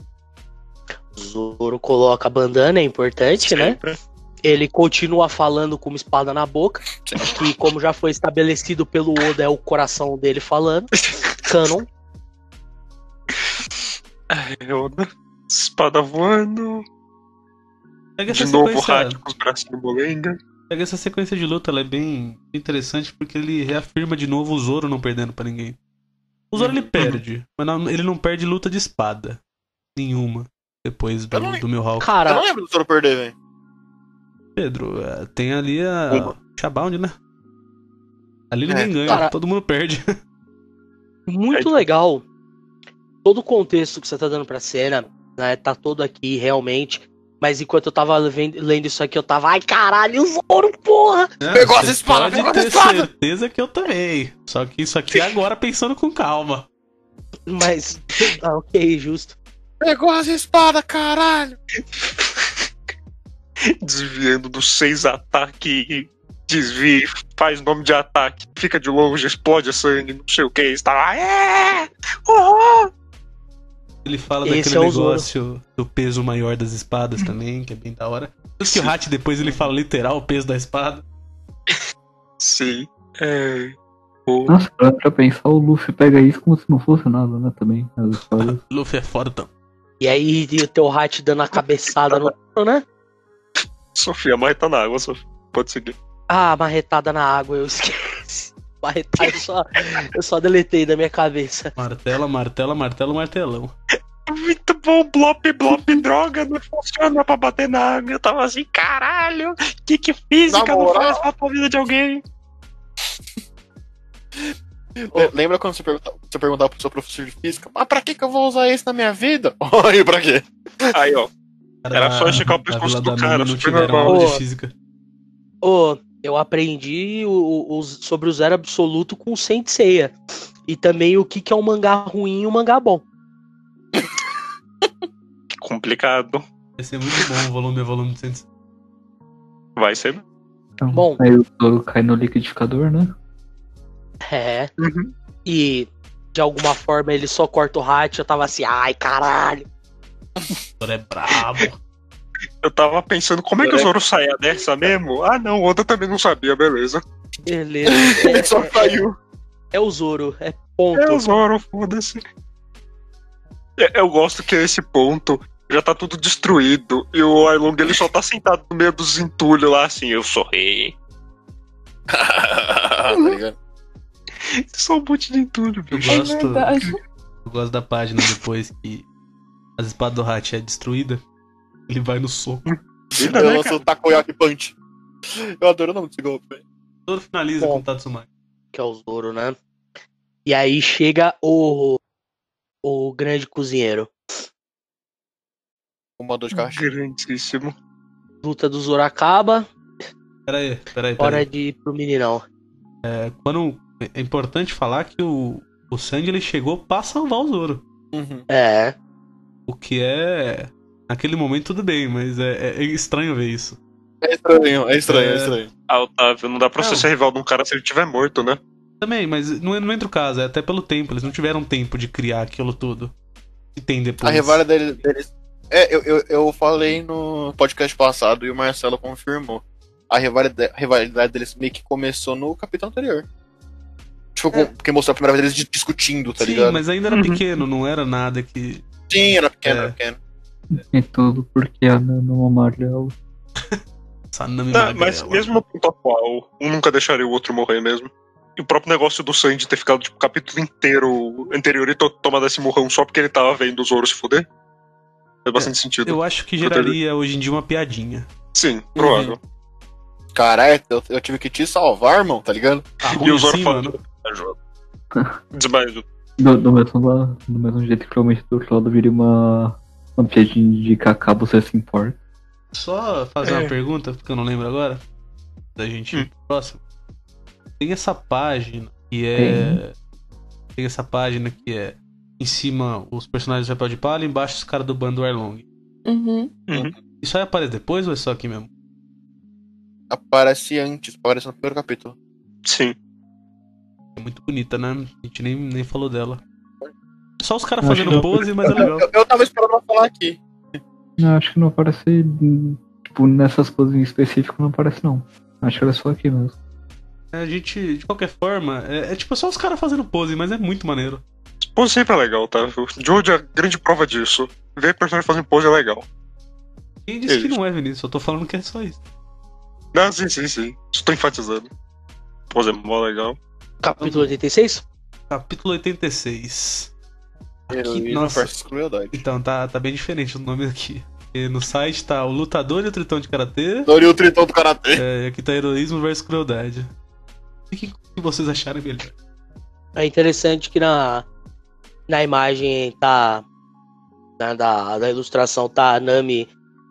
Zoro coloca a bandana, é importante, né? Sempre. Ele continua falando com uma espada na boca, que como já foi estabelecido pelo Oda, é o coração dele falando. Canon. Ai, Oda. Espada voando. Pega essa De novo o sequência- rádio com os braços no molenga. Pega essa sequência de luta, ela é bem interessante porque ele reafirma de novo o Zoro não perdendo pra ninguém. O Zoro ele perde, mas não- ele não perde luta de espada. Nenhuma. Depois do, Eu não- do Mihawk. Eu não Cara, lembro do Zoro perder, velho. Pedro, é, tem ali a Uma. Shabound, né? Ali ninguém É, ganha, cara. todo mundo perde. muito É. legal. Todo o contexto que você tá dando pra cena, né? Tá todo aqui realmente. Mas enquanto eu tava vendo- lendo isso aqui, eu tava, ai caralho, o Zoro, porra! Ah, Pegou as você espadas, pode pegou as ter espadas. certeza que eu também. Só que isso aqui é agora pensando com calma. Mas, ah, ok, justo. Pegou as espadas, caralho. Desviando dos seis ataques. Desvia, faz nome de ataque, fica de longe, explode sangue, não sei o que. Está lá. É! Uhum! Ele fala Esse daquele é o Zoro. negócio do peso maior das espadas também, que é bem da hora. Por isso que o Hat depois ele fala literal o peso da espada. Sim. É. O- Nossa, pra, pra pensar, o Luffy pega isso como se não fosse nada, né? Também. As histórias. Luffy é foda, então. E aí, o teu Hat dando a cabeçada no Zoro, né? Sofia, mas tá na água, Sofia. Pode seguir. Ah, marretada na água, eu esqueci. Marretada, eu só, eu só deletei da minha cabeça. Martela, martela, martelo, martelão. Muito bom, blop, blop, droga, não funciona pra bater na água. Eu tava assim, caralho, que que física Na não moral? faz pra vida de alguém? Le- Lembra quando você perguntava, você perguntava pro seu professor de física, mas pra que que eu vou usar isso na minha vida? Olha, pra quê? Aí, ó, Cara, Era só esticar o da pescoço Vila do da cara, Nami não super tiveram normal. aula de Pô. física. Ô, eu aprendi o, o- os- sobre o Zero Absoluto com o Saint Seiya. E também o que, que é um mangá ruim e um mangá bom. que complicado. Vai ser muito bom o volume a volume de cento. Vai ser. Então, Bom. Aí o Zoro cai no liquidificador, né? É. Uhum. E de alguma forma ele só corta o Hat. Eu tava assim, ai caralho. O Zoro é brabo. Eu tava pensando, como é que o Zoro saía dessa mesmo? Ah, não, o Oda também não sabia, beleza. Beleza. Ele só caiu. É o Zoro, é ponto. É o Zoro, foda-se. É, Eu gosto que esse ponto já tá tudo destruído e o Arlong ele só tá sentado no meio dos entulhos lá assim, eu sou rei. Tá ligado? Só um monte de entulho, Eu bicho. É gosto, verdade. eu gosto da página depois que as espadas do Hat é destruída. Ele vai no soco. Vida, Eu né, lanço cara? o Takoyaki Punch. Eu adoro o nome desse golpe, velho. O Zoro finaliza Bom. com o Tatsumaki. Que é o Zoro, né? E aí chega o o grande cozinheiro. Uma dor de caixa. Grandíssimo. Luta do Zoro acaba, Pera aí, pera aí, pera hora aí. de ir pro meninão. Quando, é importante falar que o, o Sanji ele chegou pra salvar o Zoro. Uhum. É, O que é... Naquele momento tudo bem, mas é, é estranho ver isso. É estranho, é estranho, é, É. estranho. Ah, Otávio, não dá pra você Não. ser rival de um cara se ele tiver morto, né? Também, mas não, não entra o caso, é até pelo tempo. Eles não tiveram tempo de criar aquilo tudo. Que tem depois. A rivalidade deles. É, eu, eu, eu falei no podcast passado e o Marcelo confirmou. A rivalidade, a rivalidade deles meio que começou no capítulo anterior. Tipo, É. porque mostrou a primeira vez eles discutindo, tá Sim, ligado? mas ainda era Uhum. pequeno, não era nada que... Sim, era pequeno, É. era pequeno. E tudo porque a Nana é uma amarela. Sanami Não, mas Magrela. mesmo no ponto atual, um nunca deixaria o outro morrer mesmo. E o próprio negócio do Sanji ter ficado tipo, o capítulo inteiro anterior e to tomado esse murrão só porque ele tava vendo o Zoro se fuder. Faz bastante sentido. Eu acho que geraria hoje em dia uma piadinha. Sim, provável. Caralho, eu, eu tive que te salvar, irmão, tá ligado? Ah, E ruim o Zoro assim, falando. mano. Ajuda. Desmaio. Do, do, mesmo, la- do mesmo jeito que provavelmente do outro lado viria uma, uma piadinha de Kaká, você se importa. Só fazer É. uma pergunta, porque eu não lembro agora. Da gente ir Hum. pro próximo. Tem essa página que é. Tem essa página que é em cima os personagens do Chapéu de Palha, embaixo os caras do bando Arlong. Uhum. Isso aí aparece depois ou é só aqui mesmo? Aparece antes, aparece no primeiro capítulo. Sim. É muito bonita, né? A gente nem, nem falou dela. Só os caras Acho fazendo que não. pose, mas é legal. Eu, eu tava esperando ela falar aqui. Não, acho que não aparece. hum, Tipo, nessas poses em específico não aparece não. Acho que era só aqui mesmo. A gente, de qualquer forma, é, é tipo só os caras fazendo pose, mas é muito maneiro. Pose sempre é legal, tá? O Jojo é a grande prova disso. Ver personagem fazendo pose é legal. Quem disse que Existe. não é, Vinícius? Eu tô falando que é só isso. Ah, sim, sim, sim. Só tô enfatizando. Pose é mó legal. capítulo oitenta e seis? Capítulo oitenta e seis. Heroína nossa. versus crueldade. Então, tá, tá bem diferente o nome aqui. E no site tá o Lutador e o Tritão de Karatê. Dori o tritão do karatê. É, e aqui tá Heroísmo versus Crueldade. O que, que vocês acharam melhor? É interessante que na, na imagem tá. Na, da, da ilustração tá a Nami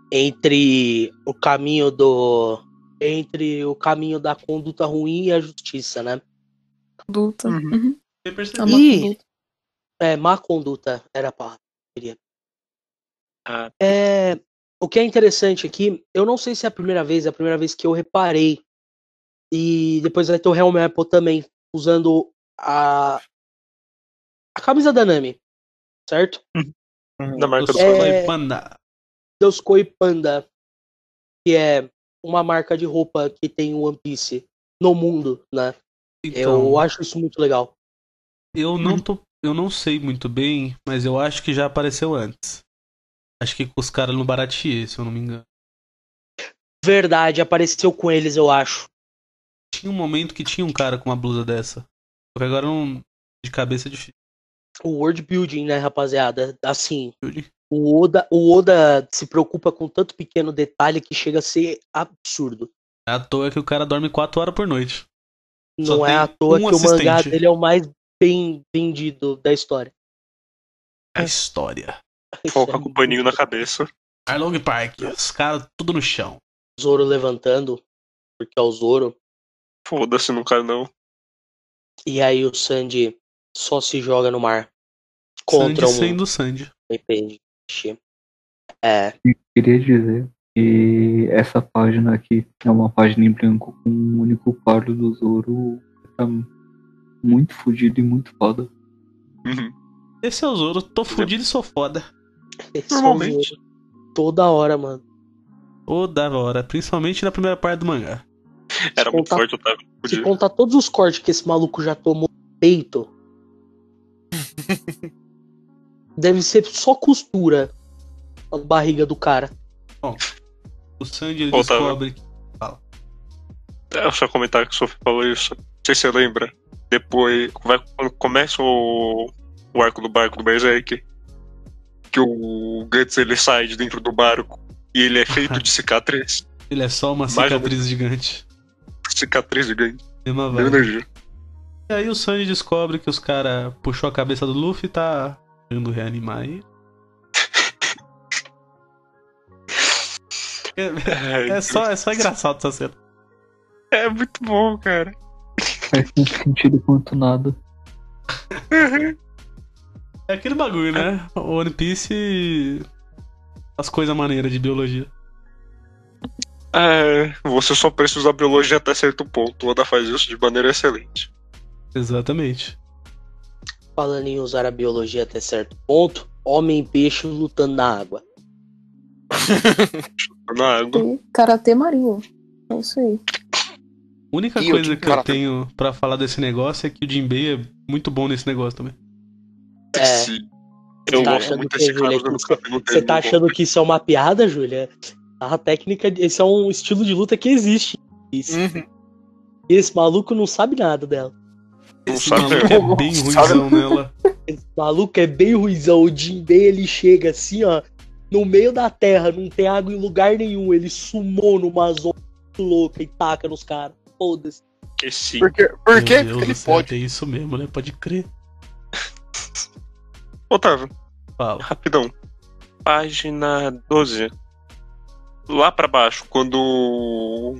entre o caminho do. Entre o caminho da conduta ruim e a justiça, né? Conduta. Uhum. Uhum. Você É percebeu? uma E- conduta. É, má conduta era a palavra que eu queria. Ah. É, o que é interessante aqui, eu não sei se é a primeira vez, é a primeira vez que eu reparei. E depois vai ter o Real Apple também, usando a, a camisa da Nami, certo? Da marca do Os É- Panda. Koi Panda. Deus Koi Panda, que é uma marca de roupa que tem One Piece no mundo, né? Então, Eu acho isso muito legal. eu não tô. Eu não sei muito bem, mas eu acho que já apareceu antes. Acho que com os caras no Baratie, se eu não me engano. Verdade, apareceu com eles, eu acho. Tinha um momento que tinha um cara com uma blusa dessa. Só que agora não. De cabeça é difícil. O world building, né, rapaziada? Assim, o Oda, o Oda se preocupa com tanto pequeno detalhe que chega a ser absurdo. É à toa que o cara dorme quatro horas por noite. Só Não é tem à toa um que o mangá assistente. dele é o mais bem vendido da história. A história. Foca com o paninho na cabeça. Arlong Park, os caras tudo no chão. Zoro levantando, porque é o Zoro. Foda-se, não cai não. E aí o Sandy só se joga no mar. Contra Sandy um sendo Sandy. peixe. É, E queria dizer que essa página aqui é uma página em branco com um único quadro do Zoro. Tá muito fodido e muito foda. Uhum. Esse é o Zoro, tô fudido e sou foda. esse é o Normalmente. Zoro. Toda hora, mano. Ô, da hora, principalmente na primeira parte do mangá. Era muito Contar- forte, Otávio. Se Podia. contar todos os cortes que esse maluco já tomou no peito, deve ser só costura a barriga do cara. O Sandy ele Ô, Otávio. descobre que. É só comentar que o Sofia falou isso. Não sei se você lembra. Depois, vai, quando começa o, o arco do barco do Berserk, que o Guts ele sai de dentro do barco e ele é feito de cicatriz. Ele é só uma Mais ou cicatriz gigante. Cicatriz gigante. Mesma Deu vibe. energia. E aí o Sandy descobre que os caras puxou a cabeça do Luffy e tá tentando reanimar ele. É, é só, é só engraçado essa cena. É muito bom, cara. Faz tanto sentido quanto nada. É aquele bagulho, né? O One Piece. As coisas maneiras de biologia. É, você só precisa da biologia até certo ponto. O Oda faz isso de maneira excelente. Exatamente. Falando em usar a biologia até certo ponto, homem e peixe lutando na água. Na água. E karatê marinho. É isso aí. A única E o coisa Jim que eu Karate. tenho pra falar desse negócio é que o Jinbei é muito bom nesse negócio também. É. Sim. Eu tá gosto achando muito que, desse cara Júlia, usando que cabelo Você dele. tá achando que isso é uma piada, Júlia? A técnica, esse é um estilo de luta que existe. Isso. Uhum. Esse maluco não sabe nada dela. Não Esse sabe maluco mesmo. é bem ruimzão nela. Esse maluco é bem ruizão. O Jinbei, ele chega assim, ó, no meio da terra, não tem água em lugar nenhum. Ele sumou numa zona louca e taca nos caras. Foda-se. Que sim. Por quê? Por quê? Meu Deus Porque ele do céu, pode. tem isso mesmo, né? Pode crer. Otávio, Fala. rapidão. Página doze. Lá pra baixo, quando o.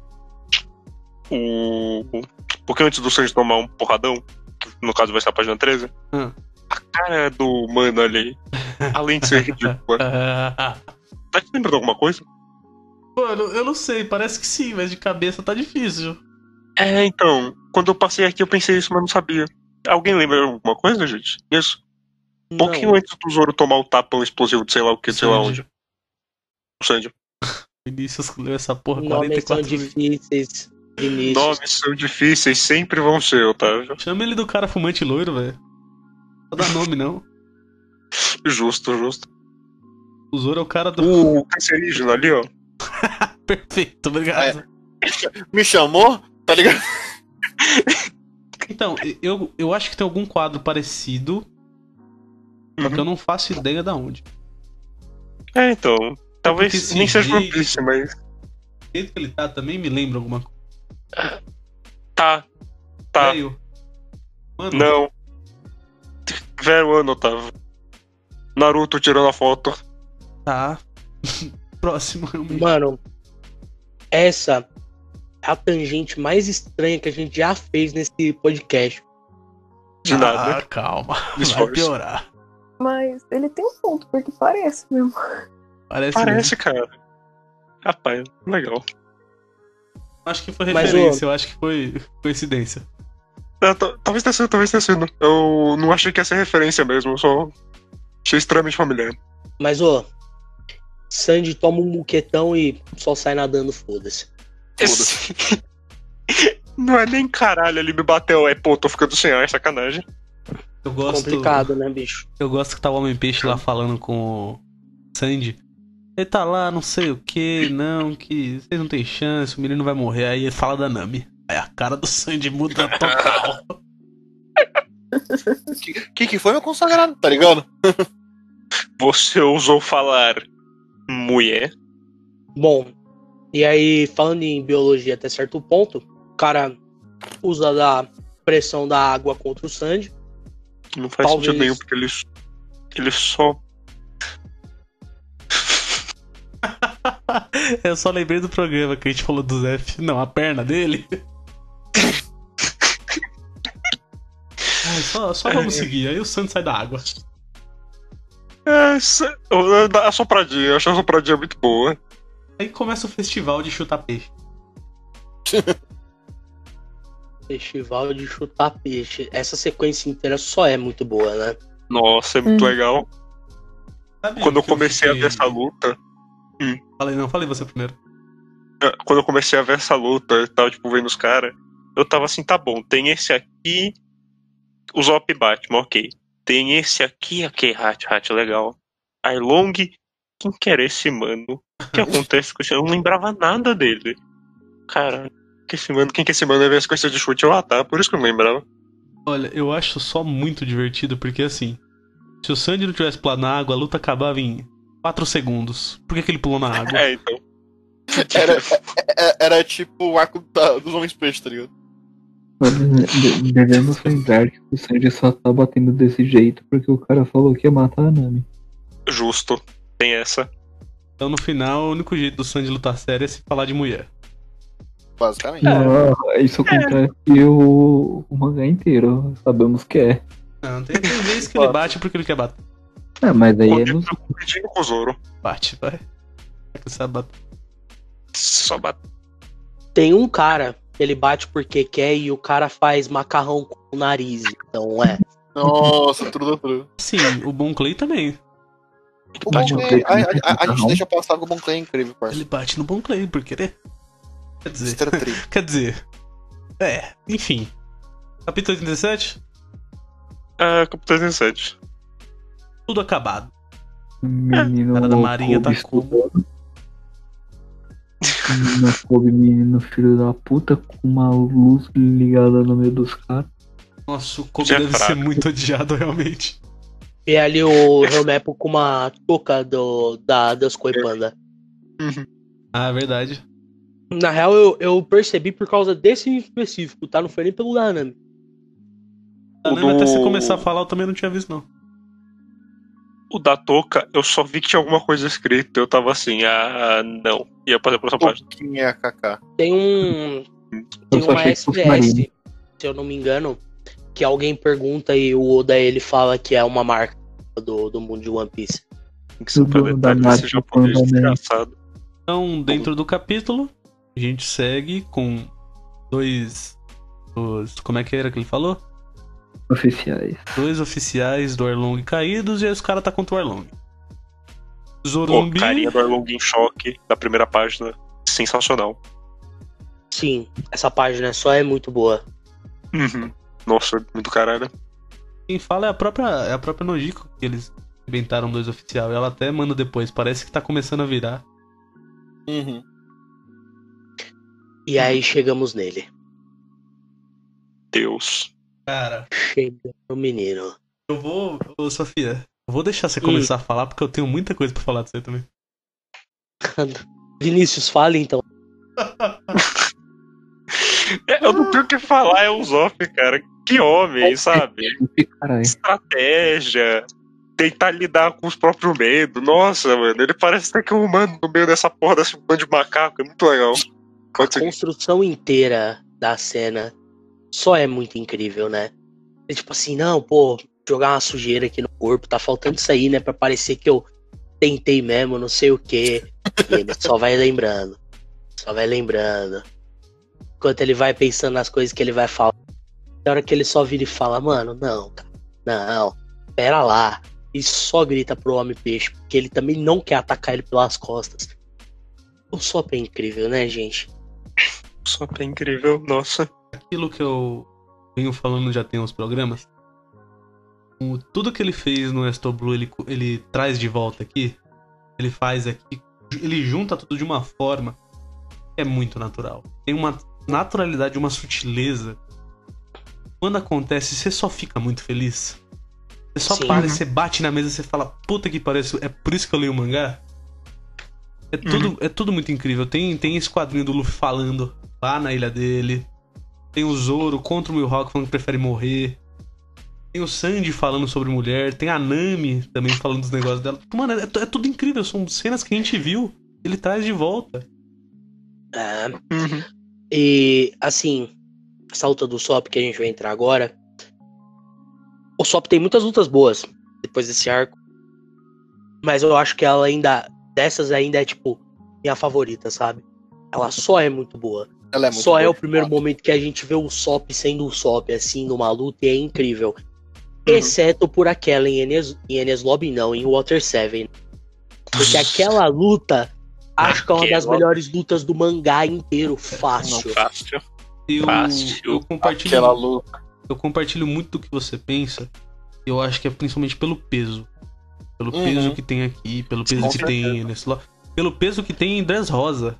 O. Um pouquinho antes do Sanji tomar um porradão, que no caso vai ser a página treze, Hum. a cara do mano ali, além de ser ridícula, tá te lembrando alguma coisa? Mano, eu não sei, parece que sim, mas de cabeça tá difícil. É, então, quando eu passei aqui eu pensei isso, mas não sabia. Alguém lembra alguma coisa, gente? Isso. Um pouquinho Não. antes do Zoro tomar o tapão explosivo de sei lá o que, de sei lá Sanji. onde. O Sanji. Vinícius leu essa porra Nomes quarenta e são quatro vezes. difíceis. Vinícius. Nomes são difíceis, sempre vão ser, Otávio. Chama ele do cara fumante loiro, velho. Não dá nome, não. Justo, justo. O Zoro é o cara do. O cancerígeno ali, ó. Perfeito, obrigado. Me chamou? Tá ligado? Então, eu, eu acho que tem algum quadro parecido, só que eu não faço ideia da onde. É, então. Talvez porque esse nem seja One jeito- Piece, mas. O jeito que ele tá também me lembra alguma coisa. Tá. Tá. Velho. Mano, Não. Velho ano, Otávio. Naruto tirando a foto. tá. Próximo, realmente. Mano, essa é a tangente mais estranha que a gente já fez nesse podcast. De nada. Ah, calma. Me Vai esforço. piorar. Mas ele tem um ponto, porque parece mesmo. Parece. Parece, cara. Rapaz, legal. Acho que foi Mas, referência, eu acho que foi coincidência. É, t- talvez tenha sido, talvez tenha sido. Eu não achei que ia ser referência mesmo, eu só achei extremamente familiar. Mas, ô, Sandy toma um muquetão e só sai nadando, foda-se. Esse... Não é nem caralho, ele me bateu, é pô, tô ficando sem ar, sacanagem. Eu gosto. Complicado, né, bicho? Eu gosto que tá o Homem-Peixe lá falando com o Sandy. Ele tá lá, não sei o que, não, que vocês não tem chance, o menino vai morrer. Aí ele fala da Nami. Aí a cara do Sandy muda total. Que, que que foi meu consagrado, tá ligado? Você ousou falar mulher? Bom, e aí, falando em biologia até certo ponto, o cara usa da pressão da água contra o Sandy. Não faz Talvez. sentido nenhum, porque ele, ele só. Eu só lembrei do programa que a gente falou do Zef. Não, a perna dele. Ai, só, só vamos seguir, aí o Sandy sai da água. É, se- a sopradinha, eu achei a sopradinha muito boa. Aí começa o festival de chutar peixe. Festival de chutar peixe. Essa sequência inteira só é muito boa, né? Nossa, é muito Hum. legal. Sabe Quando eu que eu comecei a ver fiquei- essa luta, Falei, não, falei você primeiro. quando eu comecei a ver essa luta, eu tava, tipo, vendo os caras, eu tava assim, tá bom, tem esse aqui, o Zop Batman, ok. Tem esse aqui, ok, Hat, Hat, legal. Aí Long, quem que era esse mano? O que acontece com esse? Eu não lembrava nada dele. Cara, que esse mano, quem que é esse mano? Aí veio a sequência de chute, eu ah tá, por isso que eu não lembrava. Olha, eu acho só muito divertido, porque assim, se o Sandy não tivesse pulado na água, a luta acabava em quatro segundos. Por que, que ele pulou na água? É, então. Era, é- era tipo o arco da- dos homens peixes, tá ligado? Mas, de- Devemos lembrar que o Sanji só tá batendo desse jeito porque o cara falou que ia matar a Nami. Justo, tem essa. Então no final, o único jeito do Sandy lutar sério é se falar de mulher. Basicamente. Ah, isso acontece o, o mangá inteiro, sabemos que é. Não, tem, tem vezes que ele bate porque ele quer bater. Ah, mas aí é Quando no... ele tá competindo com o Zoro. Bate, vai. É que ele sabe bater. Só bate. Tem um cara que ele bate porque quer e o cara faz macarrão com o nariz. Então, é. Nossa, tudo tudo. Sim, o Bon Clay também. O Bate Bon no Clay, a, Clay, a- a- a gente não. deixa passar que o Bon Clay é incrível, parceiro. Ele bate no Bon Clay por querer. Quer dizer, Mister Tri. quer dizer. É, enfim. Capítulo oitenta e sete, Ah, Capitão dezessete. tudo acabado. Menino cara da Marinha tá Kobe estudando. Menino Kobe, menino filho da puta, com uma luz ligada no meio dos caras. Nossa, o Kobe Já é deve ser fraco. muito odiado, realmente. E ali o Helmepo com uma touca do, da das Coipanda. Uhum. Ah, verdade. Na real, eu, eu percebi por causa desse em específico, tá? Não foi nem pelo Nanami. Ah, O não, até você do- começar a falar, eu também não tinha visto, não. O da touca, eu só vi que tinha alguma coisa escrita. Eu tava assim, ah, não. Ia passar por essa página. Quem é a Kaká? Tem um. Tem Eu só uma achei que fosse S V S, Marinho. se eu não me engano, que alguém pergunta e o Oda ele fala que é uma marca do, do mundo de One Piece. Tem que ser pra Tudo detalhe da desse Nath japonês Panda, né? desgraçado. Então, dentro do capítulo, a gente segue com dois. Os, como é que era que ele falou? Oficiais. Dois oficiais do Arlong caídos e aí os caras tá contra o Arlong. Pô, Zorumbi. carinha do Arlong em choque da primeira página. Sensacional. Sim, essa página só é muito boa. Uhum. Nossa, muito caralho. Quem fala é a própria, é a própria Nojiko, que eles inventaram dois oficiais. Ela até manda depois, parece que tá começando a virar. Uhum. E aí chegamos nele. Deus. Cara, Chega o menino. eu vou. Ô, Sofia, eu vou deixar você Hum. começar a falar, porque eu tenho muita coisa pra falar disso aí também. Vinícius, fale então. É, eu não tenho o que falar, é o Zop, cara. Que homem, sabe? Que caralho. Estratégia. tentar lidar com os próprios medos. Nossa, mano, ele parece até que um humano no meio dessa porra desse bando de macaco. É muito legal. A construção inteira da cena só é muito incrível, né? É tipo assim, não, pô, jogar uma sujeira aqui no corpo, tá faltando isso aí, né? Pra parecer que eu tentei mesmo, não sei o quê. E ele só vai lembrando. Só vai lembrando. Enquanto ele vai pensando nas coisas que ele vai falar. Na hora que ele só vira e fala, mano, não, cara, não, pera lá. E só grita pro Homem-Peixe, porque ele também não quer atacar ele pelas costas. O Sop é incrível, né, gente? O Sop é incrível, nossa. Aquilo que eu venho falando já tem uns programas. O, tudo que ele fez no Astro Blue, ele, ele traz de volta aqui. Ele faz aqui. Ele junta tudo de uma forma que é muito natural. Tem uma naturalidade, uma sutileza. Quando acontece, você só fica muito feliz. Você só Sim. para e você bate na mesa e você fala, puta que parece, é por isso que eu leio o mangá. É tudo, Uhum. é tudo muito incrível. Tem, tem esse quadrinho do Luffy falando lá na ilha dele. Tem o Zoro contra o Mihawk falando que prefere morrer. Tem o Sanji falando sobre mulher. Tem a Nami também falando dos negócios dela. Mano, é, é tudo incrível. São cenas que a gente viu. Ele traz de volta. É, Uhum. e, assim, essa luta do Sop que a gente vai entrar agora. O Sop tem muitas lutas boas depois desse arco. Mas eu acho que ela ainda, dessas ainda é, tipo, minha favorita, sabe? Ela só é muito boa. Ela é muito Só boa, é o de primeiro fato. momento que a gente vê o Sop sendo o Sop, assim, numa luta, e é incrível. Exceto por aquela em Enies, em Enies Lobby, não, em Water seven. Porque aquela luta, acho que é uma das Aquela- melhores lutas do mangá inteiro, Não, fácil. Fácil. Eu, Fácil. eu compartilho. Aquela luta. Eu compartilho muito do que você pensa. Eu acho que é principalmente pelo peso. Pelo Uhum. peso que tem aqui, pelo peso Com que tem nesse lo... Pelo peso que tem em Dressrosa.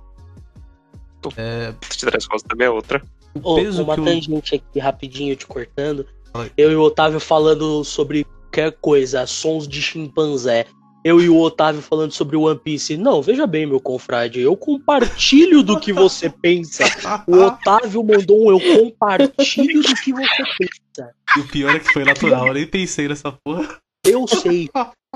De Dress Rosa também é outra. O Ô, peso uma que o... tangente aqui rapidinho te cortando. Fala aí. Eu e o Otávio falando sobre qualquer coisa, sons de chimpanzé. Eu e o Otávio falando sobre One Piece. Não, veja bem, meu confrade, eu compartilho do que você pensa. O Otávio mandou um eu compartilho do que você pensa. E o pior é que foi natural, eu nem pensei nessa porra. Eu sei.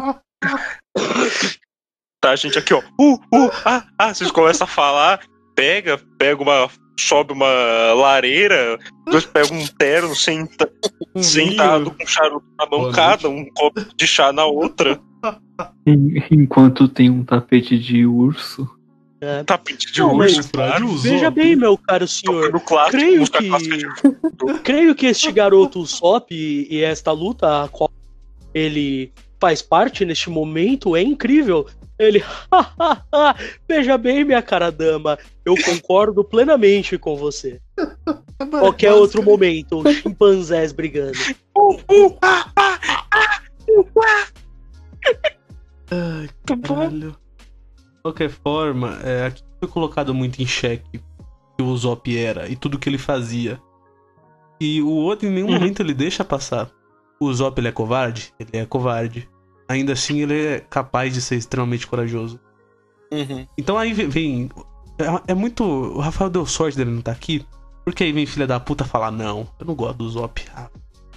Tá, a gente aqui, ó. Uh, uh, ah, ah. Vocês começam a falar, pega, pega uma. Sobe uma lareira, dois pegam um terno, senta, Um sentado vinho. com um charuto na mão Boa cada, um copo de chá na outra, En- Enquanto tem um tapete de urso. um tapete de Não, mas- urso, claro. Usou. Veja bem, meu caro senhor. Tocando clássico, Creio música que- clássica de fundo. Creio que este garoto Sop e, e esta luta a qual ele faz parte neste momento é incrível. Ele, veja bem, minha cara dama, eu concordo plenamente com você. Qualquer outro momento, chimpanzés brigando. Uh, uh, ah, ah, ah, uh, ah. Ai, Muito bom. caralho. De qualquer forma, é, aqui foi colocado muito em xeque o que o Usopp era e tudo que ele fazia. E o Oda em nenhum Uhum. momento ele deixa passar. O Usopp ele é covarde? Ele é covarde. Ainda assim ele é capaz de ser extremamente corajoso. Uhum. Então aí vem... vem- é, é muito... O Rafael deu sorte dele não estar aqui. Porque aí vem filha da puta falar, não, eu não gosto do Usopp. Ah,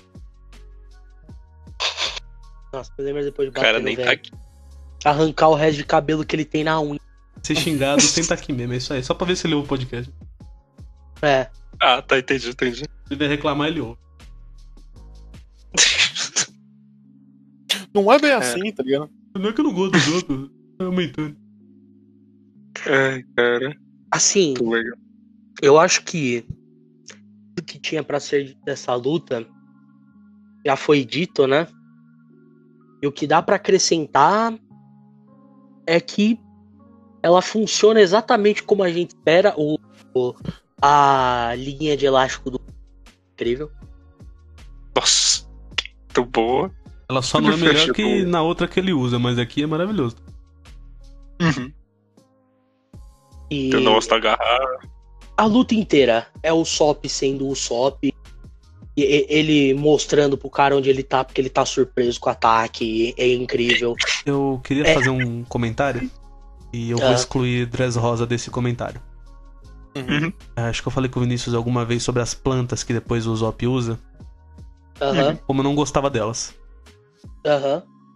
Nossa, eu lembro depois de O bater cara no nem tá velho. aqui. Arrancar o resto de cabelo que ele tem na unha. ser xingado, senta aqui mesmo, é isso aí. Só pra ver se ele ouve o podcast. É. Ah, tá, entendi, entendi. Se ele reclamar, ele ouve. Não é bem assim, tá ligado? Não é que eu não gosto dos outros. Tá aumentando. Ai, cara, Assim, muito legal. eu acho que o que tinha pra ser dito dessa luta já foi dito, né? E o que dá pra acrescentar é que ela funciona exatamente como a gente espera. O, o- a linha de elástico do incrível. Nossa, muito boa. Ela só não é melhor Fecha que do- na outra que ele usa, mas aqui é maravilhoso. Uhum. E Tem o negócio da garrafa. a luta inteira é o Sop sendo o Sop. E- e- ele mostrando pro cara onde ele tá, porque ele tá surpreso com o ataque. É incrível. Eu queria É. fazer um comentário e eu vou Ah. excluir Dressrosa desse comentário. Uhum. Acho que eu falei com o Vinícius alguma vez sobre as plantas que depois o Usopp usa, Aham, como eu não gostava delas. aham.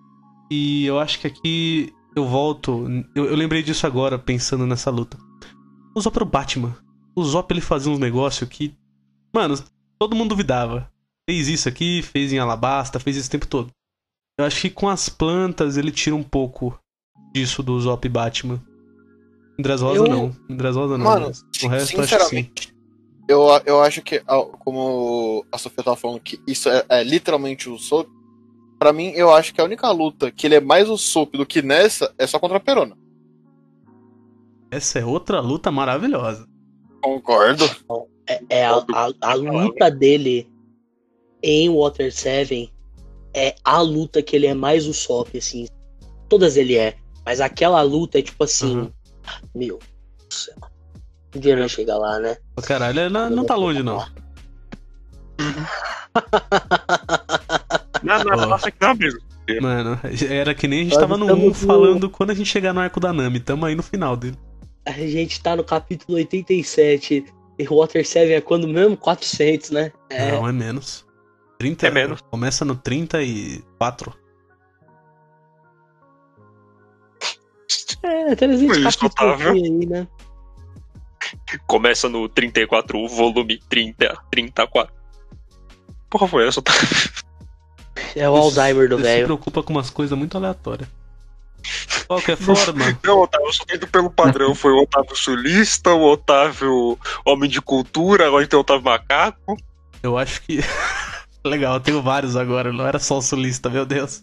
E eu acho que aqui eu volto. Eu, eu lembrei disso agora, pensando nessa luta. O Zop era o Batman. O Zop ele fazia uns negócios que. Mano, todo mundo duvidava. Fez isso aqui, fez em Alabasta, fez isso o tempo todo. Eu acho que com as plantas ele tira um pouco disso do Zop Batman. Em Dressrosa Eu- não. Em Dressrosa não. Mano, mas o resto eu acho que sim. sinceramente, eu, eu acho que, ah, como a Sofia tava falando, que isso é, é literalmente o Soap. Pra mim, eu acho que a única luta que ele é mais o Soap do que nessa é só contra a Perona. Essa é outra luta maravilhosa. Concordo. É, é a, a, a luta dele em Water sete é a luta que ele é mais o Sop, assim. Todas ele é. Mas aquela luta é tipo assim. Uhum. Meu Deus do céu. Um dia não chega lá, né? Ô, Caralho, ele não, não tá longe não. Não, não, Ó. nossa, que dá mesmo. Mano, era que nem a gente Nós tava no estamos um no- falando quando a gente chegar no arco da Nami. Tamo aí no final dele. A gente tá no capítulo oitenta e sete. E Water sete é quando mesmo? quatrocentos, né? É. Não, é menos. trinta, É menos. Começa no trinta e quatro. É, trezentos Isso, capítulos Otávio. aí, né? Começa no trinta e quatro, volume trinta, trinta e quatro. Porra, foi essa? É o Alzheimer do Ele se velho. preocupa com umas coisas muito aleatórias. De qualquer forma, Não, Otávio, eu só tô indo pelo padrão. Foi o Otávio Sulista, o Otávio Homem de Cultura, agora tem o Otávio Macaco. eu acho que. Legal, eu tenho vários agora, não era só o sulista, meu Deus.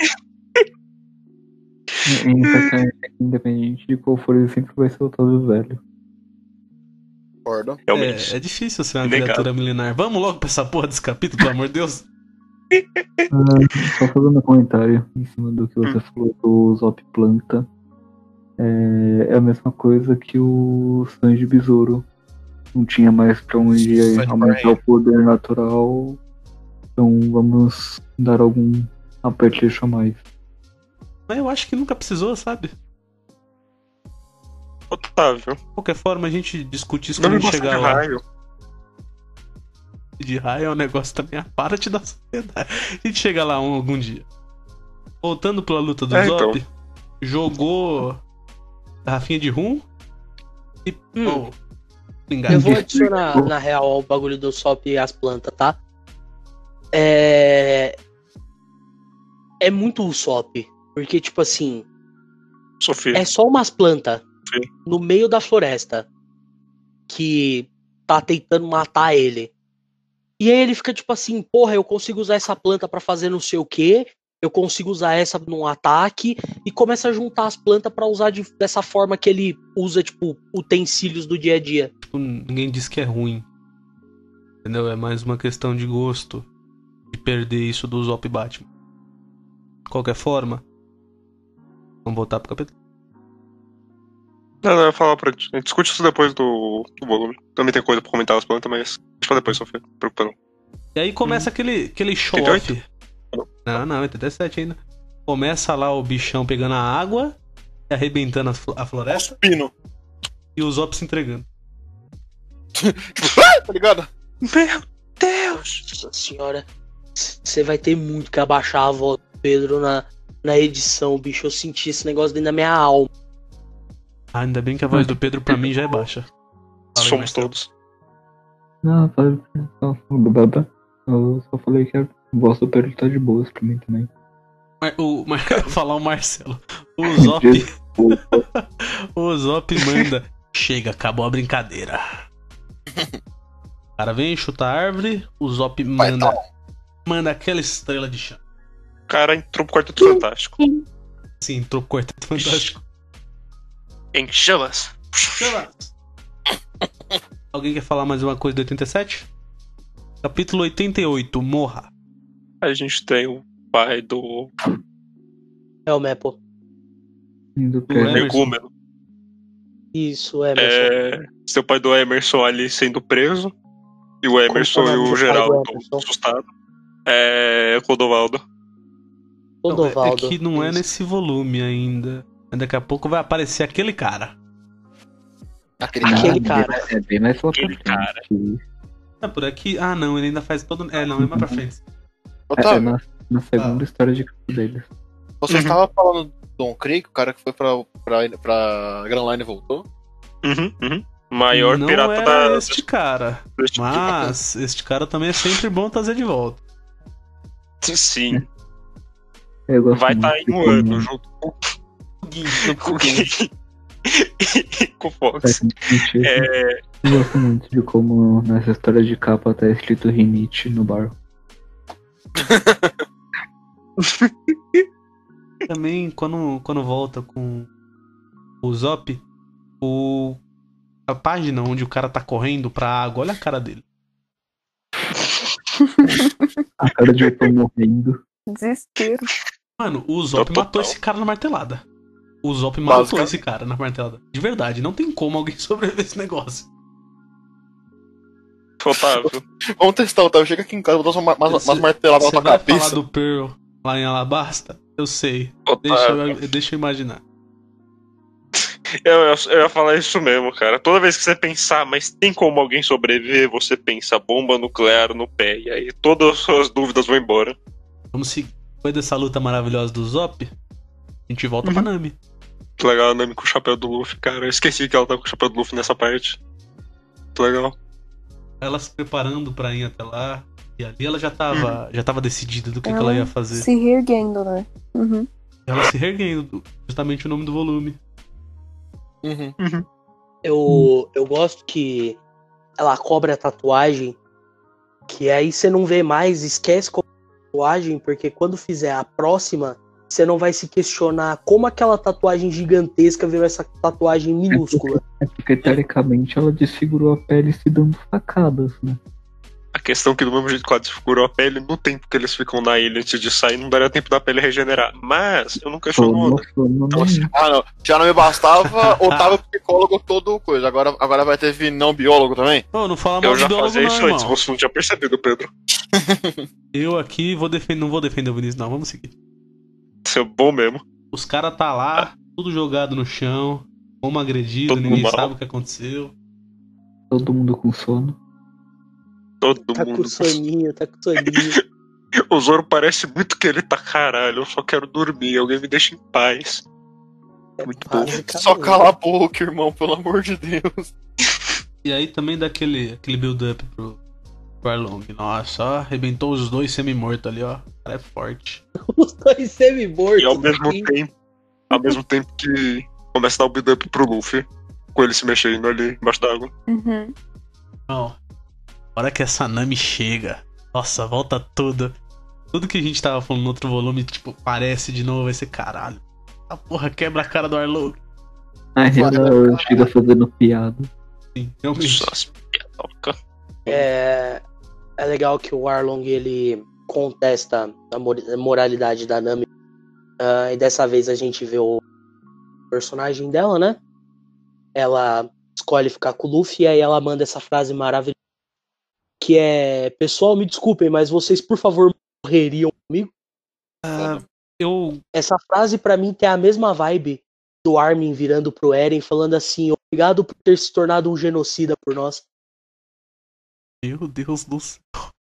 Independente de qual for, ele sempre vai ser o Otávio velho. Concordo. Realmente. É, é difícil ser uma Negado. criatura milenar. Vamos logo pra essa porra desse capítulo, pelo amor de Deus. Ah, só fazendo um comentário em cima do que você falou do Zop Planta. É, é a mesma coisa que o Sanji Besouro. Não tinha mais pra onde Sanji aumentar Barriga. o poder natural. Então vamos dar algum aperto a mais. Mas eu acho que nunca precisou, sabe? Otávio, De qualquer forma, a gente discute isso não quando a me gente gosta de chegar lá. raio. De raio é um negócio também a parte da sociedade. A gente chega lá um, algum dia. Voltando pela luta do É, Zop, então. jogou garrafinha de rum e. Hum. Oh, engano. Eu vou adicionar, na real, o bagulho do Sop e as plantas, tá? É. É muito o Sop. Porque, tipo assim, Sofia. é só umas plantas Sim. no meio da floresta que tá tentando matar ele. E aí ele fica tipo assim, porra, eu consigo usar essa planta pra fazer não sei o quê, eu consigo usar essa num ataque, e começa a juntar as plantas pra usar de- dessa forma que ele usa, tipo, utensílios do dia a dia. Tipo, ninguém diz que é ruim. Entendeu? É mais uma questão de gosto. De perder isso do Zop Batman. De qualquer forma. Vamos voltar pro capítulo. Não, não, eu ia falar pra gente. A gente discute isso depois do, do volume. Também tem coisa pra comentar as plantas, mas. Deixa pra depois, Sofia. Não se preocupa não. E aí começa aquele, aquele show oitenta e off. oito? Não, não, oitenta e sete ainda. Começa lá o bichão pegando a água, e arrebentando a, flo- a floresta, Cuspino. e o Zop se entregando. Tipo, ah, tá ligado? Meu Deus! Nossa senhora, você vai ter muito que abaixar a voz do Pedro na, na edição, bicho. Eu senti esse negócio dentro da minha alma. Ah, ainda bem que a voz do Pedro pra mim já é baixa. Fala aí, Somos Marcelo. todos. Não, sabe? Só, baba. Eu só falei que a voz do Pedro tá de boas pra mim também. Mar- o, Mar- eu ia falar o Marcelo. O Zop. Desculpa. O Zop manda. Chega, acabou a brincadeira. O cara vem, chuta a árvore. O Zop Vai, manda. tá. Manda aquela estrela de chão. O cara entrou pro Quarteto Fantástico. Sim, entrou pro Quarteto Fantástico. Em chamas. Chama! Alguém quer falar mais uma coisa do oitenta e sete? Capítulo oitenta e oito, Morra. A gente tem o pai do É o Mepo. Do O que Emerson. Negúmeno. Isso, Emerson. É, seu pai do Emerson ali sendo preso. E o Emerson Como que é o e nome o do pai Geraldo do Emerson? assustados. É. Clodovaldo. Clodovaldo. É que não é Isso. nesse volume ainda. Mas daqui a pouco vai aparecer aquele cara. Aquele Aquele cara. cara. É bem mais lá pra Aquele frente. cara. É por aqui. Ah, não, ele ainda faz todo. É, não, é mais pra frente. É, é Otávio, na, na segunda história de campo deles. Você Uhum. estava falando do Don Krieg, o cara que foi pra, pra, pra Grand Line e voltou? Uhum, uhum. Maior não pirata era da. este cara. deste Mas este cara também é sempre bom trazer de volta. tipo. Sim. Eu gosto Vai muito estar em de um como ano junto com com quem? E com o Fox. faz sentido. É, Eu gosto muito de como nessa história de capa tá escrito Rinite no bar. Também, quando, quando volta com o Zop, o, a página onde o cara tá correndo pra água, olha a cara dele. A cara de eu tô morrendo. Desespero. Mano, o Zop Total. matou esse cara na martelada. O Zop matou Basicamente. esse cara na martelada. De verdade, não tem como alguém sobreviver a esse negócio. Otávio. Vamos testar, Otávio. Chega aqui em casa, vou dar umas, umas, umas marteladas na Você tua vai falar cabeça. do Pearl lá em Alabasta? Eu sei. Deixa Otávio. eu, deixa eu imaginar. Eu, eu, eu ia falar isso mesmo, cara. Toda vez que você pensar, mas tem como alguém sobreviver, você pensa bomba nuclear no pé. E aí todas as suas dúvidas vão embora. Vamos seguir. Depois dessa luta maravilhosa do Zop, a gente volta Uhum. pra Nami. Que legal a Nami com o chapéu do Luffy, cara. Eu esqueci que ela tá com o chapéu do Luffy nessa parte. Que legal. Ela se preparando pra ir até lá. E ali ela já tava, já tava decidida do que, que Ela ela ia fazer. Se reerguendo, né? Uhum. Ela se reerguendo, justamente o nome do volume. Uhum. Eu, eu gosto que ela cobra a tatuagem, que aí você não vê mais, esquece como tatuagem, porque quando fizer a próxima, você não vai se questionar como aquela tatuagem gigantesca virou essa tatuagem minúscula. É porque teoricamente ela desfigurou a pele se dando facadas, né? A questão é que do mesmo jeito que ela desfigurou a pele, no tempo que eles ficam na ilha antes de sair, não daria tempo da pele regenerar. Mas eu não questiono Sono, nada. sono, Então, assim, não. Ah, não. Já não me bastava Otávio psicólogo todo coisa. Agora, agora vai ter Vinão biólogo também? Ô, não fala mal eu do já biólogo fazia não, isso irmão. antes, você não tinha percebido, Pedro. Eu aqui vou defender, não vou defender o Vinícius, não. Vamos seguir. Isso é bom mesmo. Os caras tá lá, tudo jogado no chão, como agredido, Todo ninguém mal. sabe o que aconteceu. Todo mundo com sono. Todo Tá mundo. com soninho, tá com soninho. O Zoro parece muito que ele tá caralho. Eu só quero dormir, alguém me deixa em paz. Muito bom. Basicamente. Só cala a boca, irmão, pelo amor de Deus. E aí também dá aquele, aquele build-up pro, pro Arlong. Nossa, ó, arrebentou os dois semi-mortos ali, ó. O cara é forte. Os dois semi-mortos. E ao mesmo assim. tempo, ao mesmo tempo que começa a dar o build-up pro Luffy, com ele se mexendo ali embaixo d'água. Uhum. Não. A hora que essa Nami chega, nossa, volta toda. Tudo que a gente tava falando no outro volume, tipo, parece de novo, vai ser caralho. A porra quebra a cara do Arlong. Aí ela chega fazendo piada. Sim, realmente. Nossa, piadoca. É, é legal que o Arlong ele contesta a mor- a moralidade da Nami. Ah, e dessa vez a gente vê o personagem dela, né? Ela escolhe ficar com o Luffy e aí ela manda essa frase maravilhosa. Que é: pessoal, me desculpem, mas vocês por favor morreriam comigo? Ah, eu. Essa frase pra mim tem a mesma vibe do Armin virando pro Eren falando assim: obrigado por ter se tornado um genocida por nós. Meu Deus do céu.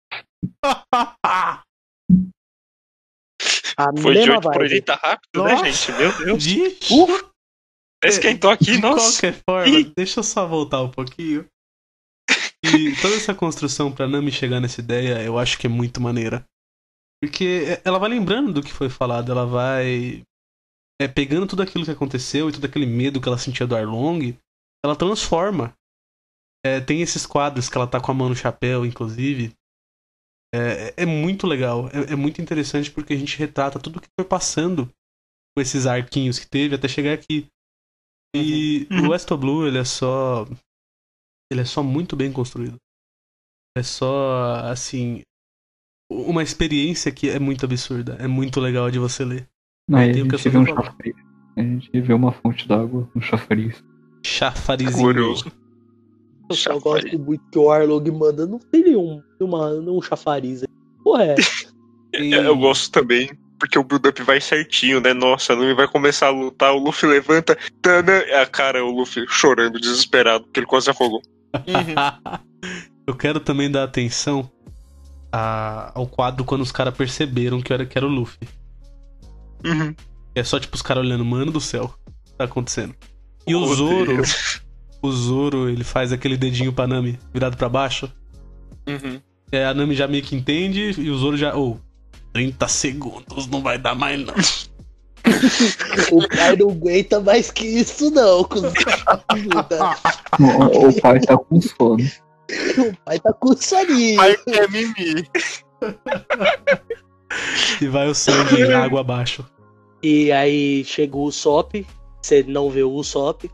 A Foi de mesma oito por vibe. oitenta rápido, né, Nossa. gente? Meu Deus. Vixe. Ufa. Esquentou aqui, De nossa. qualquer forma, Ih. deixa eu só voltar um pouquinho. E toda essa construção pra Nami chegar nessa ideia, eu acho que é muito maneira. Porque ela vai lembrando do que foi falado, ela vai é, pegando tudo aquilo que aconteceu e todo aquele medo que ela sentia do Arlong, ela transforma. É, tem esses quadros que ela tá com a mão no chapéu, inclusive. É, é muito legal, é, é muito interessante porque a gente retrata tudo o que foi passando com esses arquinhos que teve até chegar aqui. E Uhum. o West of Blue, ele é só. Ele é só muito bem construído. É só, assim. Uma experiência que é muito absurda. É muito legal de você ler. Aí a Tem o que gente eu vê um só vou falar. chafariz. A gente vê uma fonte d'água, um chafariz. Chafarizinho. Curioso. Eu só Chafariz. gosto muito que o Arlong manda. Não tem nenhum, uma, um chafariz aí. Porra, é. E- É, Eu gosto também, porque o build-up vai certinho, né? Nossa, a Nami vai começar a lutar, o Luffy levanta, tana, a cara, o Luffy chorando, desesperado, porque ele quase afogou. Eu quero também dar atenção a- ao quadro quando os caras perceberam que era, que era o Luffy. Uhum. É só tipo os caras olhando, mano do céu, o que tá acontecendo? E o Oh, Zoro, Deus. o Zoro, ele faz aquele dedinho pra Nami virado pra baixo. Uhum. É, a Nami já meio que entende e o Zoro já. Oh, trinta segundos, não vai dar mais não. O pai não aguenta mais que isso, não. cuzão. O, o pai tá com sono. O pai tá com soninho. Pai quer mimir. E vai o Sandy água abaixo. E aí chega o Usopp. Você não vê o Usopp.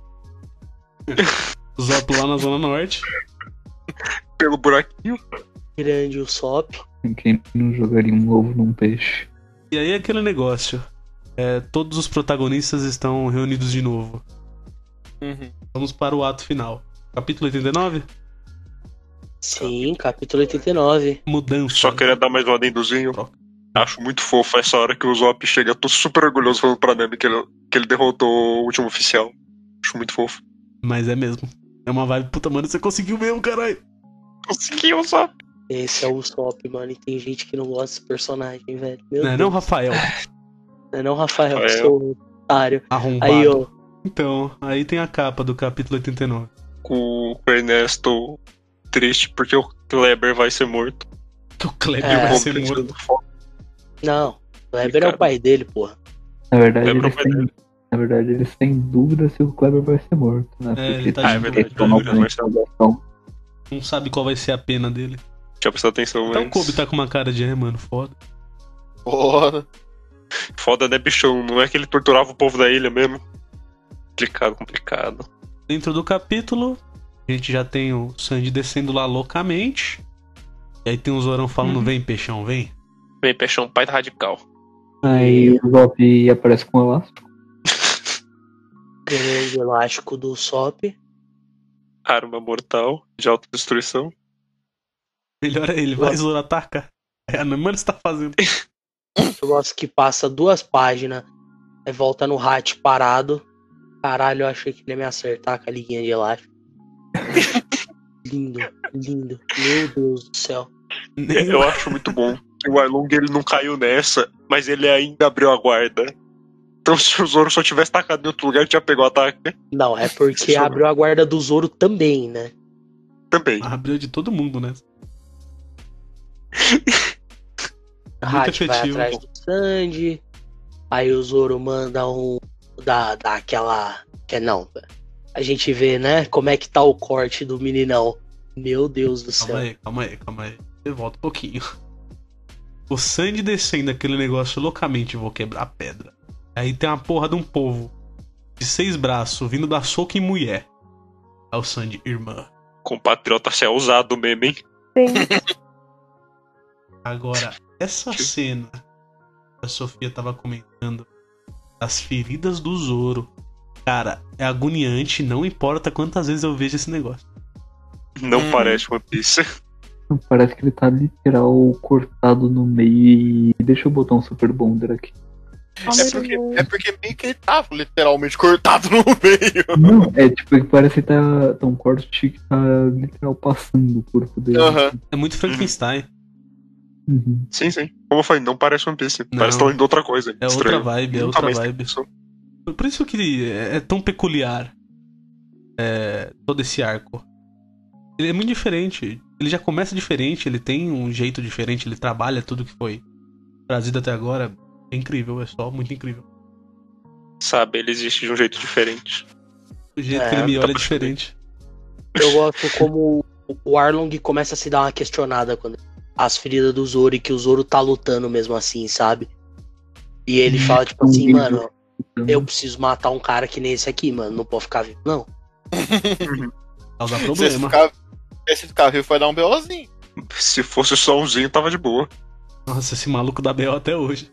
O Zop lá na Zona Norte. Pelo buraquinho. Grande Usopp. Quem não jogaria um ovo num peixe? E aí aquele negócio. É, todos os protagonistas estão reunidos de novo. Uhum. Vamos para o ato final. Capítulo oitenta e nove? Sim, capítulo oitenta e nove. Mudança. Só queria dar mais um adendozinho. Troca. Acho muito fofo essa hora que o Zop chega, tô super orgulhoso falando pra Nami que ele, que ele derrotou o último oficial. Acho muito fofo. Mas é mesmo. É uma vibe, puta, mano, você conseguiu mesmo, caralho. Conseguiu, Zop. Esse é o Usopp, mano. E tem gente que não gosta desse personagem, velho. Meu Não é Deus. não, Rafael? Não é não, Rafael, Rafael. seu otário. Arrombado. Aí, ó. Então, aí tem a capa do capítulo oitenta e nove. Com o Ernesto triste porque o Kleber vai ser morto. Que o Kleber É. vai ser Completando morto. foda. Não, o Weber é o pai dele, porra. Na verdade, Lembra eles o pai têm, dele? na verdade, eles têm dúvida se o Kleber vai ser morto, né? É, Porque ele tá tem de dúvida, questão de na dúvida, mas tá- interrogação. Não sabe qual vai ser a pena dele. Tinha prestado atenção Até o antes. Kobe tá com uma cara de, é, mano, foda. Porra. Foda, né, bichão? Não é que ele torturava o povo da ilha mesmo? Complicado, complicado. Dentro do capítulo, a gente já tem o Sandy descendo lá loucamente. E aí tem o Zorão falando, Uhum. vem, peixão, vem. Vem, peixão, pai da radical. Aí o Zop aparece com o elástico. Grande elástico do Usopp. Arma mortal de autodestruição. Melhor é ele, vai, Zoro, ataca. Aí a Nami, mano, você tá fazendo? Eu gosto que passa duas páginas. Aí volta no Hat parado. Caralho, eu achei que ele ia me acertar com a liguinha de elástico. Lindo, lindo. Meu Deus do céu. Nem Eu acho muito bom que o Arlong ele não caiu nessa, mas ele ainda abriu a guarda. Então se o Zoro só tivesse tacado em outro lugar, ele já pegou o ataque. Não, é porque Sobrou. abriu a guarda do Zoro também, né? Também. abriu de todo mundo, né? A Muito Hat vai efetivo. atrás do Sandy. Aí o Zoro manda um. Dá, dá aquela. Que não. A gente vê, né? Como é que tá o corte do meninão. Meu Deus do céu. Calma aí, calma aí, calma aí. Você volta um pouquinho. O Sandy descendo aquele negócio loucamente, vou quebrar a pedra. Aí tem uma porra de um povo de seis braços vindo dar soco em mulher. Aí o Sandy, irmã. Compatriota se é ousado mesmo, hein? Sim. Agora, essa cena que a Sofia tava comentando, as feridas do Zoro, cara, é agoniante, não importa quantas vezes eu vejo esse negócio. Não Uhum. parece One Piece. Parece que ele tá literal cortado no meio e... Deixa eu botar um super bonder aqui. É porque, é porque meio que ele tava literalmente cortado no meio. Não, é tipo que parece que tá, tá um corte que tá literal passando o corpo dele. Aham. É muito Frankenstein. Uhum. Sim, sim. Como eu falei, não parece One Piece. Não. Parece que tá indo outra coisa. É outra Estranho. vibe, é Nunca outra mais vibe. tem isso. Por isso que é é tão peculiar é, todo esse arco. Ele é muito diferente. Ele já começa diferente, ele tem um jeito diferente, ele trabalha tudo que foi trazido até agora. É incrível, é só muito incrível. Sabe, ele existe de um jeito diferente. O jeito É, que ele me dá olha é pra diferente. Eu gosto como o Arlong começa a se dar uma questionada quando as feridas do Zoro e que o Zoro tá lutando mesmo assim, sabe? E ele fala, tipo assim, mano, eu preciso matar um cara que nem esse aqui, mano. Não pode ficar vivo, não. Causar Se problema. ficar, se ficar vivo, vai dar um BOzinho. Se fosse só umzinho, tava de boa. Nossa, esse maluco da B O até hoje.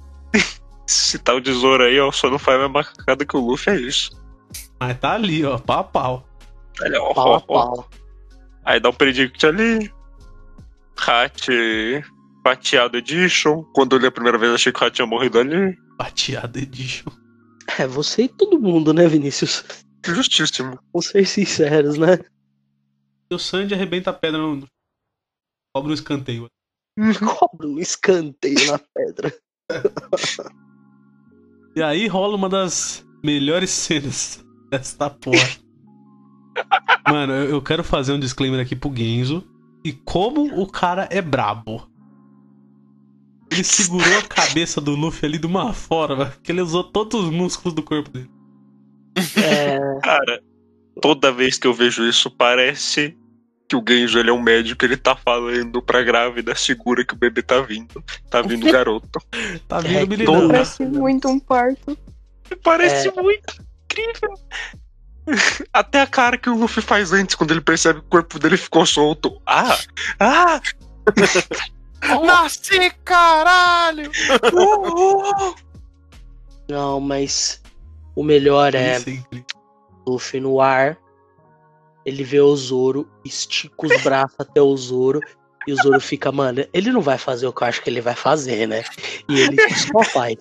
Esse tal de Zoro aí, ó, só não faz mais macacada que o Luffy, é isso. Mas tá ali, ó, pau a pau. Olha, ó, Pau a ó, ó. pau. Aí dá um predict ali. Hat Fatiado Edition. Quando eu li a primeira vez, achei que o Hat tinha morrido ali. Bateada edition. É, você e todo mundo, né, Vinícius? Justíssimo. Vamos ser sinceros, né? E o Sandy arrebenta a pedra no. Cobra um escanteio. Cobra um escanteio na pedra. E aí rola uma das melhores cenas dessa porra. Mano, eu, eu quero fazer um disclaimer aqui pro Genzo. E como o cara é brabo. Ele segurou a cabeça do Luffy ali de uma forma que ele usou todos os músculos do corpo dele. É, Cara, toda vez que eu vejo isso, parece que o Genjo ele é um médico, ele tá falando pra grávida, segura que o bebê tá vindo. Tá vindo o garoto. Tá É, vindo que meninão. Parece muito um parto. Parece muito incrível. Até a cara que o Luffy faz antes, quando ele percebe que o corpo dele ficou solto. Ah! Ah! Nasci, caralho! não, mas o melhor é Isso é incrível. Luffy no ar. Ele vê o Zoro, estica os braços até o Zoro. E o Zoro fica, mano, ele não vai fazer o que eu acho que ele vai fazer, né? E ele só faz.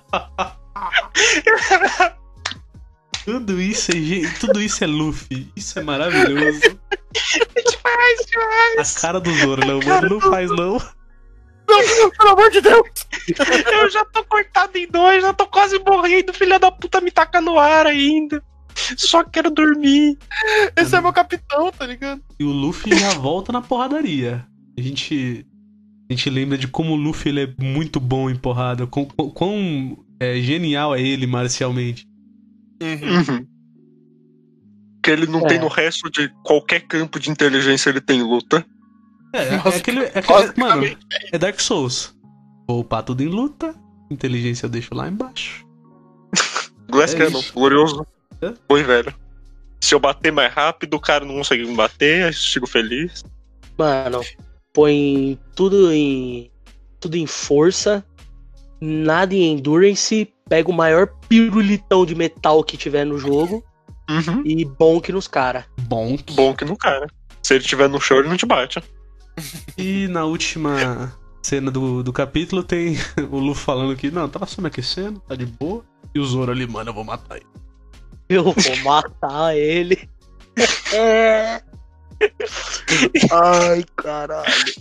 Tudo isso é, ge- tudo isso é Luffy. Isso é maravilhoso. Demais, demais. A cara do Zoro, não, mano, não faz não. Pelo amor de Deus! Eu já tô cortado em dois, já tô quase morrendo. Filha da puta me taca no ar ainda. Só quero dormir. Esse é meu capitão, tá ligado? E o Luffy já volta na porradaria. A gente, a gente lembra de como o Luffy ele é muito bom em porrada. Quão, quão- quão, é, genial é ele marcialmente. Uhum. Que ele não É. tem no resto de qualquer campo de inteligência, ele tem luta. É, é, Nossa, aquele. É, aquele- mano, basicamente. é Dark Souls. Vou upar tudo em luta. Inteligência eu deixo lá embaixo. Glass É Cannon, isso. glorioso. É? Oi, velho. Se eu bater mais rápido, o cara não consegue me bater, aí eu fico feliz. Mano, põe tudo em tudo em força, nada em endurance, pega o maior pirulitão de metal que tiver no jogo Uhum. e bonk nos caras. Bom. Bom que no cara. Se ele tiver no chão, ele não te bate. E na última cena do, do capítulo tem o Luffy falando que não, tava só me aquecendo, tá de boa. E o Zoro ali, mano, eu vou matar ele. Eu vou matar ele. Ai, caralho.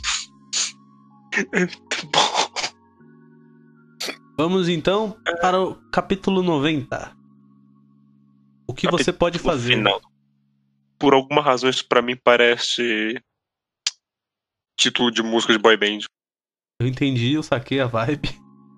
Bom. Vamos então para o capítulo noventa. O que você pode No fazer? final. Por alguma razão, isso pra mim parece título de música de boy band. Eu entendi, eu saquei a vibe.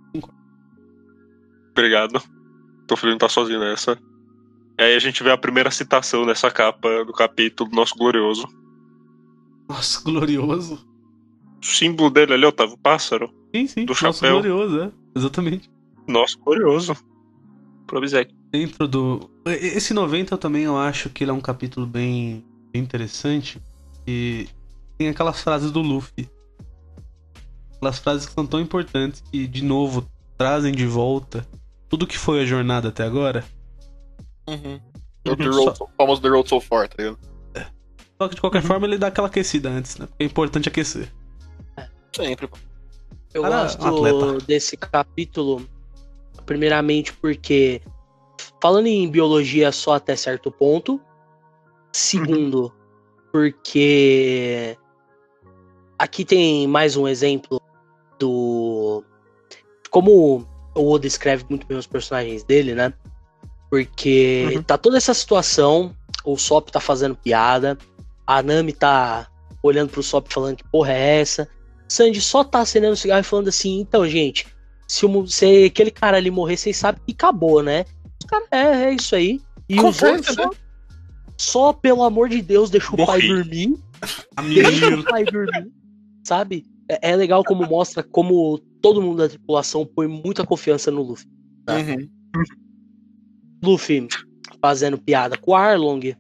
Obrigado. Tô feliz de não estar sozinho nessa. E aí a gente vê a primeira citação nessa capa do capítulo, nosso glorioso. Nossa, glorioso. O símbolo dele ali, Otávio, pássaro. Sim, sim, Do nosso chapéu. glorioso, é. Exatamente. Nosso glorioso. Probizek. Dentro do... Esse noventa eu também eu acho que ele é um capítulo bem, bem interessante. E tem aquelas frases do Luffy. Aquelas frases que são tão importantes que, de novo, trazem de volta tudo que foi a jornada até agora. Uhum. Uhum. The road so, famoso The Road So Far, tá ligado? Só que de qualquer Uhum. forma ele dá aquela aquecida antes, né? Porque é importante aquecer. Sempre, pô. Eu Cara, gosto atleta. desse capítulo, primeiramente porque, falando em biologia só até certo ponto. Segundo, porque aqui tem mais um exemplo do... Como o Oda escreve muito bem os personagens dele, né? Porque Uhum. tá toda essa situação, o Sop tá fazendo piada, a Nami tá olhando pro Sop falando que porra é essa, Sanji só tá acendendo cigarro e falando assim, então, gente, se, o, se aquele cara ali morrer, vocês sabem que acabou, né? Os caras, é, é isso aí. E o Zoro Acontece, só, só, pelo amor de Deus, deixa o pai Morri. dormir. A Deixa menina. o pai dormir, sabe? É, é legal como mostra como todo mundo da tripulação põe muita confiança no Luffy. Tá. Uhum. Luffy fazendo piada com o Arlong.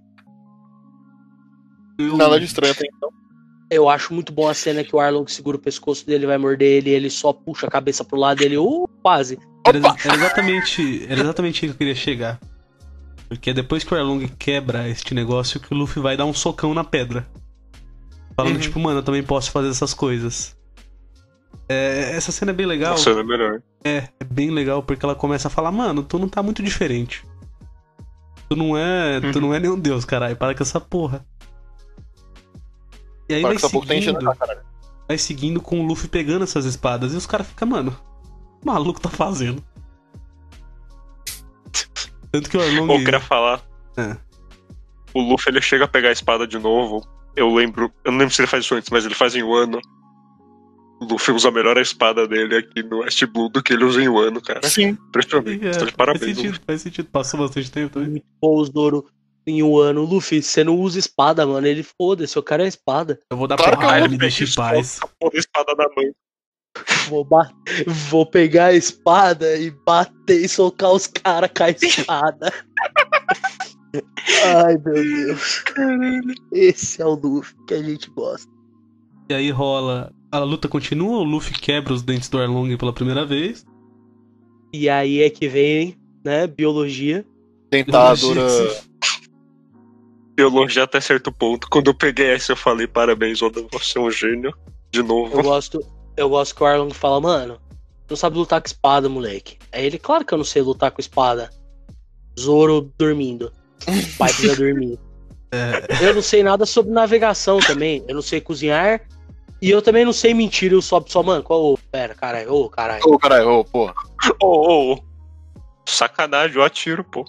Nada de estranho até então. Eu acho muito bom a cena que o Arlong segura o pescoço dele, vai morder ele, ele só puxa a cabeça pro lado dele, uh, quase. Era, era exatamente, era exatamente aí que eu queria chegar. Porque é depois que o Arlong quebra este negócio que o Luffy vai dar um socão na pedra. Falando, Uhum. tipo, mano, eu também posso fazer essas coisas. É, essa cena é bem legal. Nossa, é melhor. É, é bem legal porque ela começa a falar, mano, tu não tá muito diferente. Tu não é. Tu Uhum. não é nenhum deus, caralho. Para com essa porra. E aí Para vai que essa pouco tá enchendo seguindo, a cara. vai seguindo com o Luffy pegando essas espadas. E os caras ficam, mano, o que o maluco tá fazendo? Tanto que o Arlong... Eu queria falar. É. O Luffy, ele chega a pegar a espada de novo. Eu lembro... Eu não lembro se ele faz isso antes, mas ele faz em Wano. O Luffy usa a melhor espada dele aqui no West Blue do que ele usa em Wano, cara. Sim. Impressionante. É, Estou de faz parabéns, sentido, Luffy. faz sentido. Passou bastante tempo também. Muito bom o Zoro em um ano. Luffy, você não usa espada, mano. Ele foda-se, eu quero a espada. Eu vou dar Claro que porrada, eu me deixa em paz. A porra da espada na mão. Vou, ba- Vou pegar a espada e bater e socar os caras com a espada. Ai, meu Deus. Esse é o Luffy que a gente gosta. E aí rola... A luta continua, o Luffy quebra os dentes do Arlong pela primeira vez. E aí é que vem, né, biologia. Dentadura. Biologia até certo ponto. Quando eu peguei essa, eu falei, parabéns, Oda, você é um gênio. De novo. Eu gosto, eu gosto que o Arlong fala, mano, não sabe lutar com espada, moleque. Aí ele, claro que eu não sei lutar com espada. Zoro dormindo. O pai precisa dormir. É, Eu não sei nada sobre navegação também. Eu não sei cozinhar. E eu também não sei mentir. Eu só, só mano, qual. Pera, caralho, ô, caralho. Ô, caralho, ô, pô. Ô, ô, ô. Sacanagem, eu atiro, pô.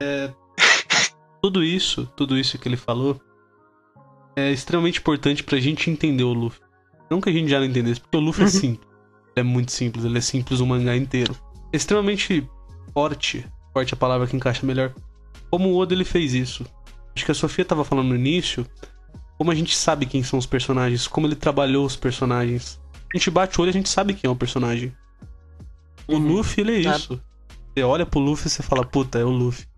tudo isso, tudo isso que ele falou é extremamente importante pra gente entender o Luffy. Não que a gente já não entendesse, porque o Luffy é simples. Ele é muito simples, ele é simples o mangá inteiro. É extremamente forte, forte é a palavra que encaixa melhor. Como o Oda ele fez isso. Acho que a Sofia tava falando no início, como a gente sabe quem são os personagens, como ele trabalhou os personagens. A gente bate o olho e a gente sabe quem é o personagem. O Luffy, ele é isso. Você olha pro Luffy e você fala, puta, é o Luffy.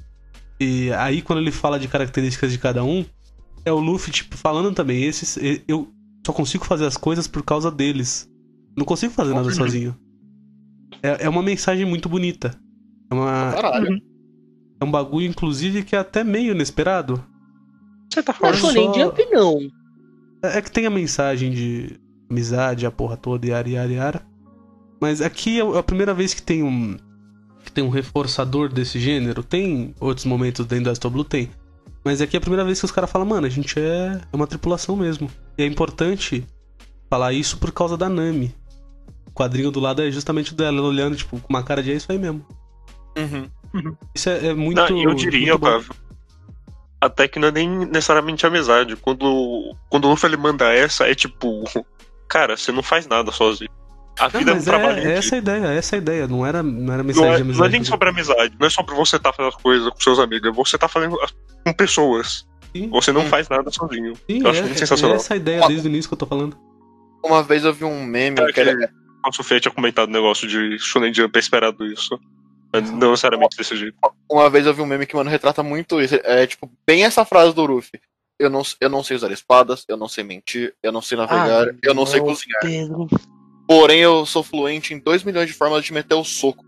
E aí quando ele fala de características de cada um, é o Luffy, tipo, falando também, esses, eu só consigo fazer as coisas por causa deles. Não consigo fazer nada sozinho. É, é uma mensagem muito bonita. É uma... Caralho. É um bagulho, inclusive, que é até meio inesperado. Você tá Não é falando Shonen só- Jump, não. É é que tem a mensagem de amizade, a porra toda, yara, yara, yara. Mas aqui é a primeira vez que tem um que tem um reforçador desse gênero. Tem outros momentos dentro da Astro Blue, tem. Mas aqui é a primeira vez que os caras falam, mano, a gente é, é uma tripulação mesmo. E é importante falar isso por causa da Nami. O quadrinho do lado é justamente dela, ela olhando, tipo, com uma cara de é isso aí mesmo. Uhum. Isso é, é muito. Não, eu diria, muito bom. cara, até que não é nem necessariamente amizade. Quando, quando o Luffy ele manda essa, é tipo, cara, você não faz nada sozinho. A Não, vida é um mas trabalho. é, em é essa a equipe. ideia, é essa a ideia. Não era, não era Não mensagem é, de amizade. não é nem sobre amizade, não é sobre você estar fazendo as coisas com seus amigos, é você tá fazendo as- com pessoas. Sim. Você não Hum. faz nada sozinho. Sim, eu acho é, muito é sensacional. essa a ideia desde o início que eu tô falando. Uma vez eu vi um meme É que era, que a Sofia tinha comentado o negócio de Shonen Jump é esperado isso. Mas não necessariamente desse jeito. Uma vez eu vi um meme que, mano, retrata muito isso. É, tipo, bem essa frase do Luffy. Eu não, eu não sei usar espadas, eu não sei mentir, eu não sei navegar, eu não sei cozinhar. Pedro. Porém, eu sou fluente em dois milhões de formas de meter o soco.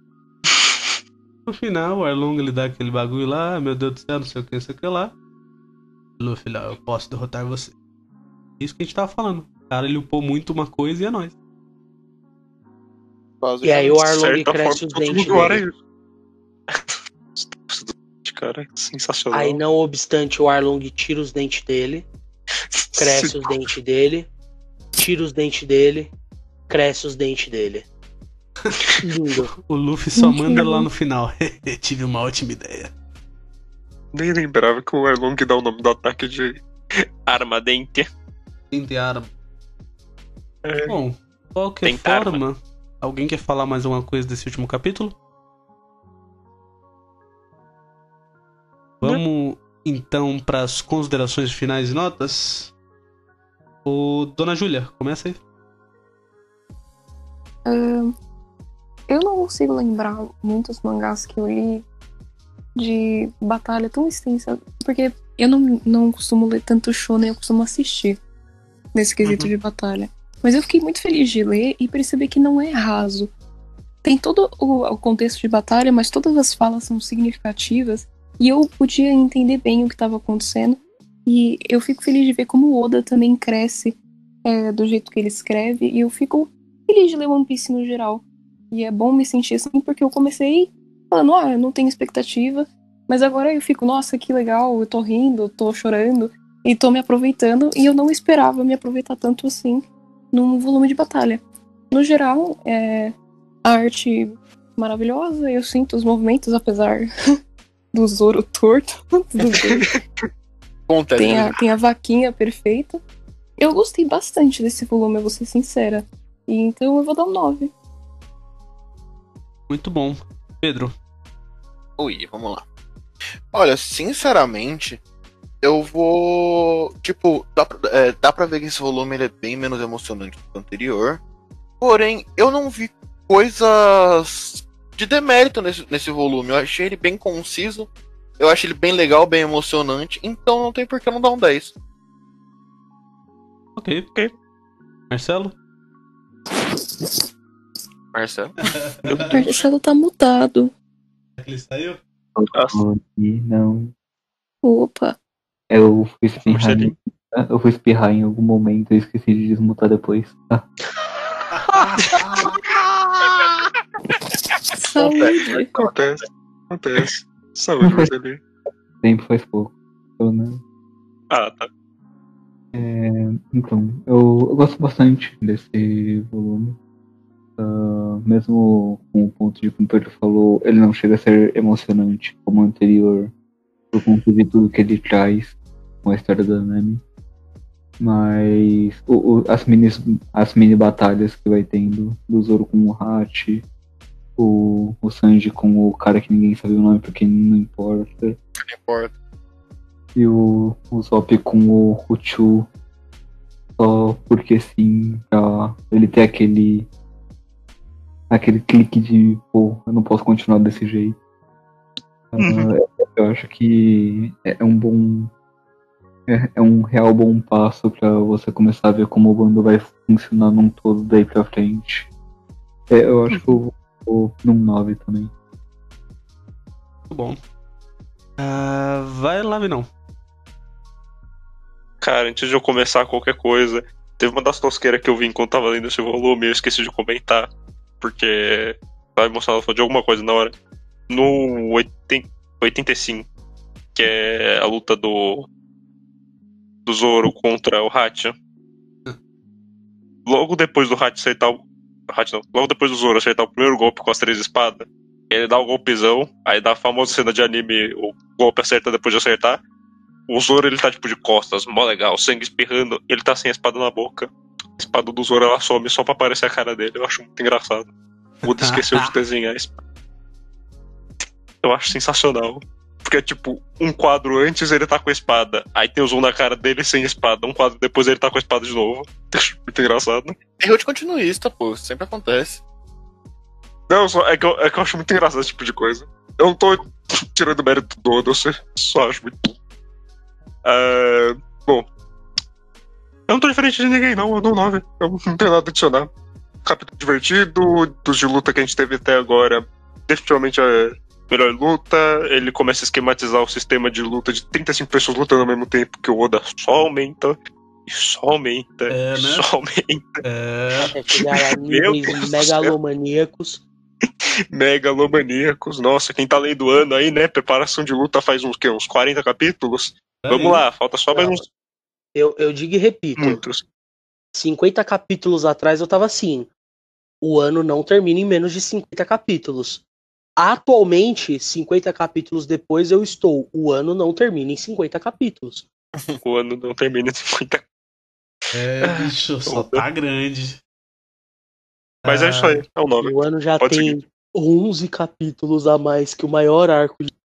No final, o Arlong ele dá aquele bagulho lá, meu Deus do céu, não sei o que, não sei o que lá. Luffy lá, eu posso derrotar você. Isso que a gente tava falando. O cara ele upou muito uma coisa e é nóis. E aí o De Arlong certa cresce forma, os todo dentes mundo era dele. isso. Cara, é sensacional. Aí, não obstante, o Arlong tira os dentes dele, cresce os dentes dele, tira os dentes dele, cresce os dentes dele. Lindo. O Luffy só manda lá no final. Tive uma ótima ideia. Nem lembrava que o Arlong dá o nome do ataque de Armadente. Tem arma. É. Bom, de qualquer Tem arma. forma, alguém quer falar mais alguma coisa desse último capítulo? Vamos então para as considerações finais e notas. O Dona Júlia, começa aí. Ahn, eu não consigo lembrar muitos mangás que eu li de batalha tão extensa, porque eu não, não costumo ler tanto shonen, eu costumo assistir nesse quesito Uhum. de batalha. Mas eu fiquei muito feliz de ler e perceber que não é raso. Tem todo o, o contexto de batalha, mas todas as falas são significativas e eu podia entender bem o que estava acontecendo. E eu fico feliz de ver como o Oda também cresce é, do jeito que ele escreve, e eu fico feliz de ler One Piece no geral. E é bom me sentir assim, porque eu comecei falando, ah, eu não tenho expectativa, mas agora eu fico, nossa, que legal, eu tô rindo, tô chorando, e tô me aproveitando, e eu não esperava me aproveitar tanto assim num volume de batalha. No geral, é, a arte maravilhosa. Eu sinto os movimentos, apesar do Zoro torto. Tudo bem. Acontece. Tem a, tem a vaquinha perfeita. Eu gostei bastante desse volume, eu vou ser sincera. E então eu vou dar um nove. Muito bom. Pedro. Ui, vamos lá. Olha, sinceramente, eu vou. Tipo, dá pra, é, dá pra ver que esse volume ele é bem menos emocionante do que o anterior. Porém, eu não vi coisas de demérito nesse, nesse volume. Eu achei ele bem conciso. Eu achei ele bem legal, bem emocionante. Então não tem por que eu não dar um dez. Ok, ok. Marcelo? Marcelo? O Marcelo tá mutado. Ele saiu? E não. Opa. Eu fui espirrar. Marcelinho. Em, eu fui espirrar em algum momento e esqueci de desmutar depois. Ah, Saúde. Acontece. Acontece. Saúde, Marcelinho. tempo faz pouco. Pelo menos. Ah, tá. Então, eu, eu gosto bastante desse volume. Ah, mesmo com o ponto de como o Pedro falou, ele não chega a ser emocionante como o anterior, por conta de tudo que ele traz com a história da Nami. Mas o, o- as, mini, as mini batalhas que vai tendo, do Zoro com o Hachi, o, o Sanji com o cara que ninguém sabe o nome porque não importa, Não importa. e o, o Zop com o Uchu só porque sim, pra ele ter aquele aquele clique de pô, eu não posso continuar desse jeito. Ah, eu acho que é é um bom é, é um real bom passo pra você começar a ver como o bando vai funcionar num todo daí pra frente. É, eu acho que eu vou num nove também. Muito bom. Ah, vai lá, Vinão. Cara, antes de eu começar qualquer coisa, teve uma das tosqueiras que eu vi enquanto tava lendo esse volume e eu esqueci de comentar, porque tava emocionado falando de alguma coisa na hora. No oitenta, oitenta e cinco, que é a luta do do Zoro contra o Hachi. Logo depois do Hachi acertar o Hachi não, logo depois do Zoro acertar o primeiro golpe com as três espadas, ele dá o golpezão, aí dá a famosa cena de anime, o golpe acerta depois de acertar. O Zoro, ele tá tipo de costas, mó legal, sangue espirrando, ele tá sem a espada na boca. A espada do Zoro, ela some só pra aparecer a cara dele, eu acho muito engraçado. O Oda esqueceu de desenhar a espada. Eu acho sensacional. Porque, tipo, um quadro antes ele tá com a espada, aí tem o zoom na cara dele sem espada, um quadro depois ele tá com a espada de novo. Acho muito engraçado. Erro de continuista, pô. Isso sempre acontece. Não, só, é, que eu, é que eu acho muito engraçado esse tipo de coisa. Eu não tô tirando o mérito do Oda, eu só- só acho muito bom. É, bom, eu não tô diferente de ninguém, não. Eu dou nove. Eu não tenho nada a adicionar. Capítulo divertido, dos de luta que a gente teve até agora, definitivamente é melhor luta. Ele começa a esquematizar o sistema de luta de trinta e cinco pessoas lutando ao mesmo tempo, que o Oda só aumenta, e só aumenta, É, e né? só aumenta. É. Até chegar a Meu níveis Deus do céu. megalomaníacos. Megalomaníacos. Nossa, quem tá lendo o ano aí, né? Preparação de luta faz uns, quê? Uns quarenta capítulos? Vamos Aí. lá, falta só mais Não. uns Eu, eu digo e repito, muitos. cinquenta capítulos atrás eu tava assim, o ano não termina em menos de cinquenta capítulos. Atualmente, cinquenta capítulos depois eu estou, o ano não termina em cinquenta capítulos. O ano não termina em cinquenta. É, bicho, só tá grande. Mas é isso aí, é o nome. O ano já Pode tem seguir. onze capítulos a mais que o maior arco de...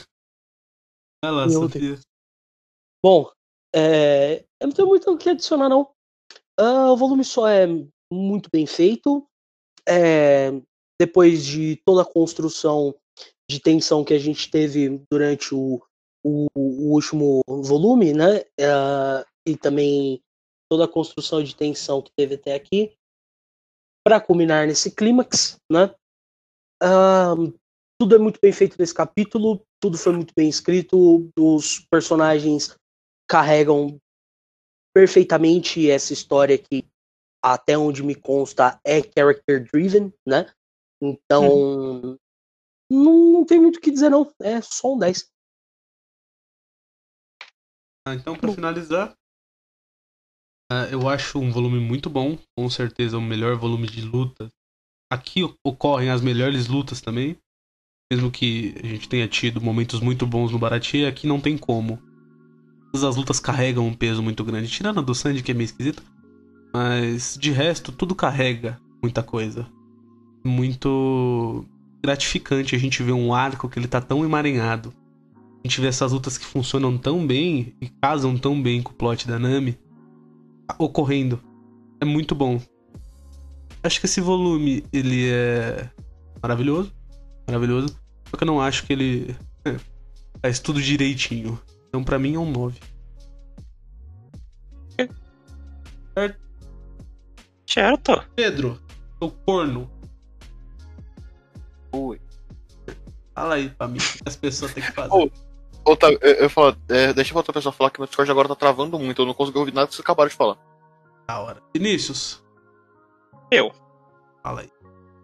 Vai lá, Meu Sofia. Bom, é... eu não tenho muito o que adicionar, não. Ah, o volume só é muito bem feito. É... Depois de toda a construção de tensão que a gente teve durante o, o, o último volume, né? É... E também toda a construção de tensão que teve até aqui, para culminar nesse clímax, né? Ah, tudo é muito bem feito nesse capítulo, tudo foi muito bem escrito, os personagens carregam perfeitamente essa história que, até onde me consta, é character driven, né? Então, não, não tem muito o que dizer, não. É só um dez. Ah, então, pra finalizar, ah, eu acho um volume muito bom. Com certeza, o melhor volume de luta aqui ocorrem as melhores lutas também. Mesmo que a gente tenha tido momentos muito bons no Baratie, aqui não tem como. Todas as lutas carregam um peso muito grande. Tirando a do Sandy, que é meio esquisito. Mas, de resto, tudo carrega muita coisa. Muito gratificante a gente ver um arco que ele tá tão emaranhado. A gente vê essas lutas que funcionam tão bem e casam tão bem com o plot da Nami ocorrendo. É muito bom. Acho que esse volume, ele é maravilhoso. Maravilhoso. Só que eu não acho que ele é, faz tudo direitinho. Então pra mim é um nove. Certo? Certo. Pedro, seu corno. Ui. Fala aí pra mim o que as pessoas têm que fazer. Ô, Otávio, eu, eu falo, é, deixa pra outra pessoa falar que meu Discord agora tá travando muito. Eu não consigo ouvir nada que vocês acabaram de falar. Da hora. Vinícius, Eu. fala aí.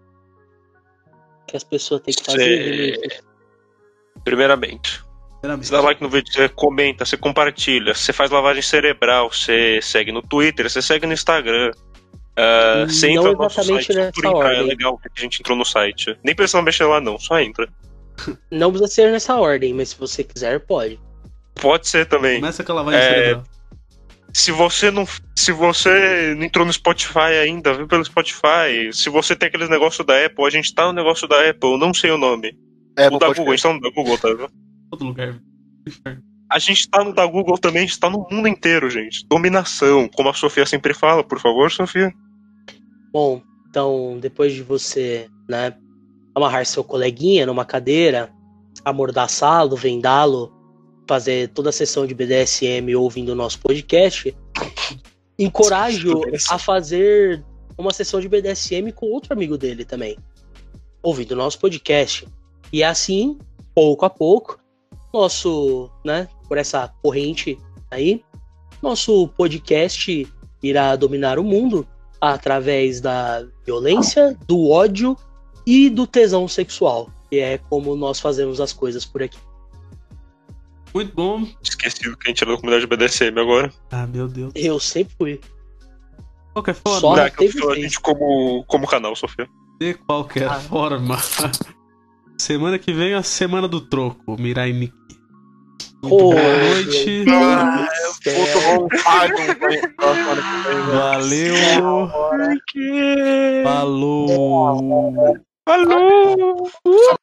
O que as pessoas têm que fazer, Cê- Vinícius? Primeiramente, Primeiramente. você dá like no vídeo, você comenta, você compartilha, você faz lavagem cerebral, você segue no Twitter, você segue no Instagram. Ah, você Não entra no nosso exatamente site, nessa por entrar, é ordem. legal que a gente entrou no site. Nem precisa mexer lá não, só entra. Não precisa ser nessa ordem, mas se você quiser, pode. Pode ser também. Começa com a lavagem É, cerebral. Se você não, se você não entrou no Spotify ainda, vem pelo Spotify. Se você tem aqueles negócios da Apple, a gente tá no negócio da Apple, eu não sei o nome. É, o da Google, a gente tá no da Google, tá vendo? Todo lugar. Inferno. A gente tá no da Google também, a gente tá no mundo inteiro, gente. Dominação, como a Sofia sempre fala, por favor, Sofia. Bom, então, depois de você, né, amarrar seu coleguinha numa cadeira, amordaçá-lo, vendá-lo, fazer toda a sessão de B D S M ouvindo o nosso podcast, encorajo a fazer uma sessão de B D S M com outro amigo dele também, ouvindo o nosso podcast. E assim, pouco a pouco, nosso, né, por essa corrente aí, nosso podcast irá dominar o mundo através da violência, do ódio e do tesão sexual, que é como nós fazemos as coisas por aqui. Muito bom. Esqueci que a gente era da comunidade B D S M agora. Ah, meu Deus. Eu sempre fui. Qualquer forma, Só- Dá que eu teve falo a vez. gente como, como canal, Sofia. de qualquer Ah. forma. Semana que vem é a semana do troco, Mirai Nikki. Muito Oh, boa noite. meu Ah, Deus do eu céu. tô vontade de um banho próximo ano que vem, velho. Valeu. Por quê? Falou. Falou!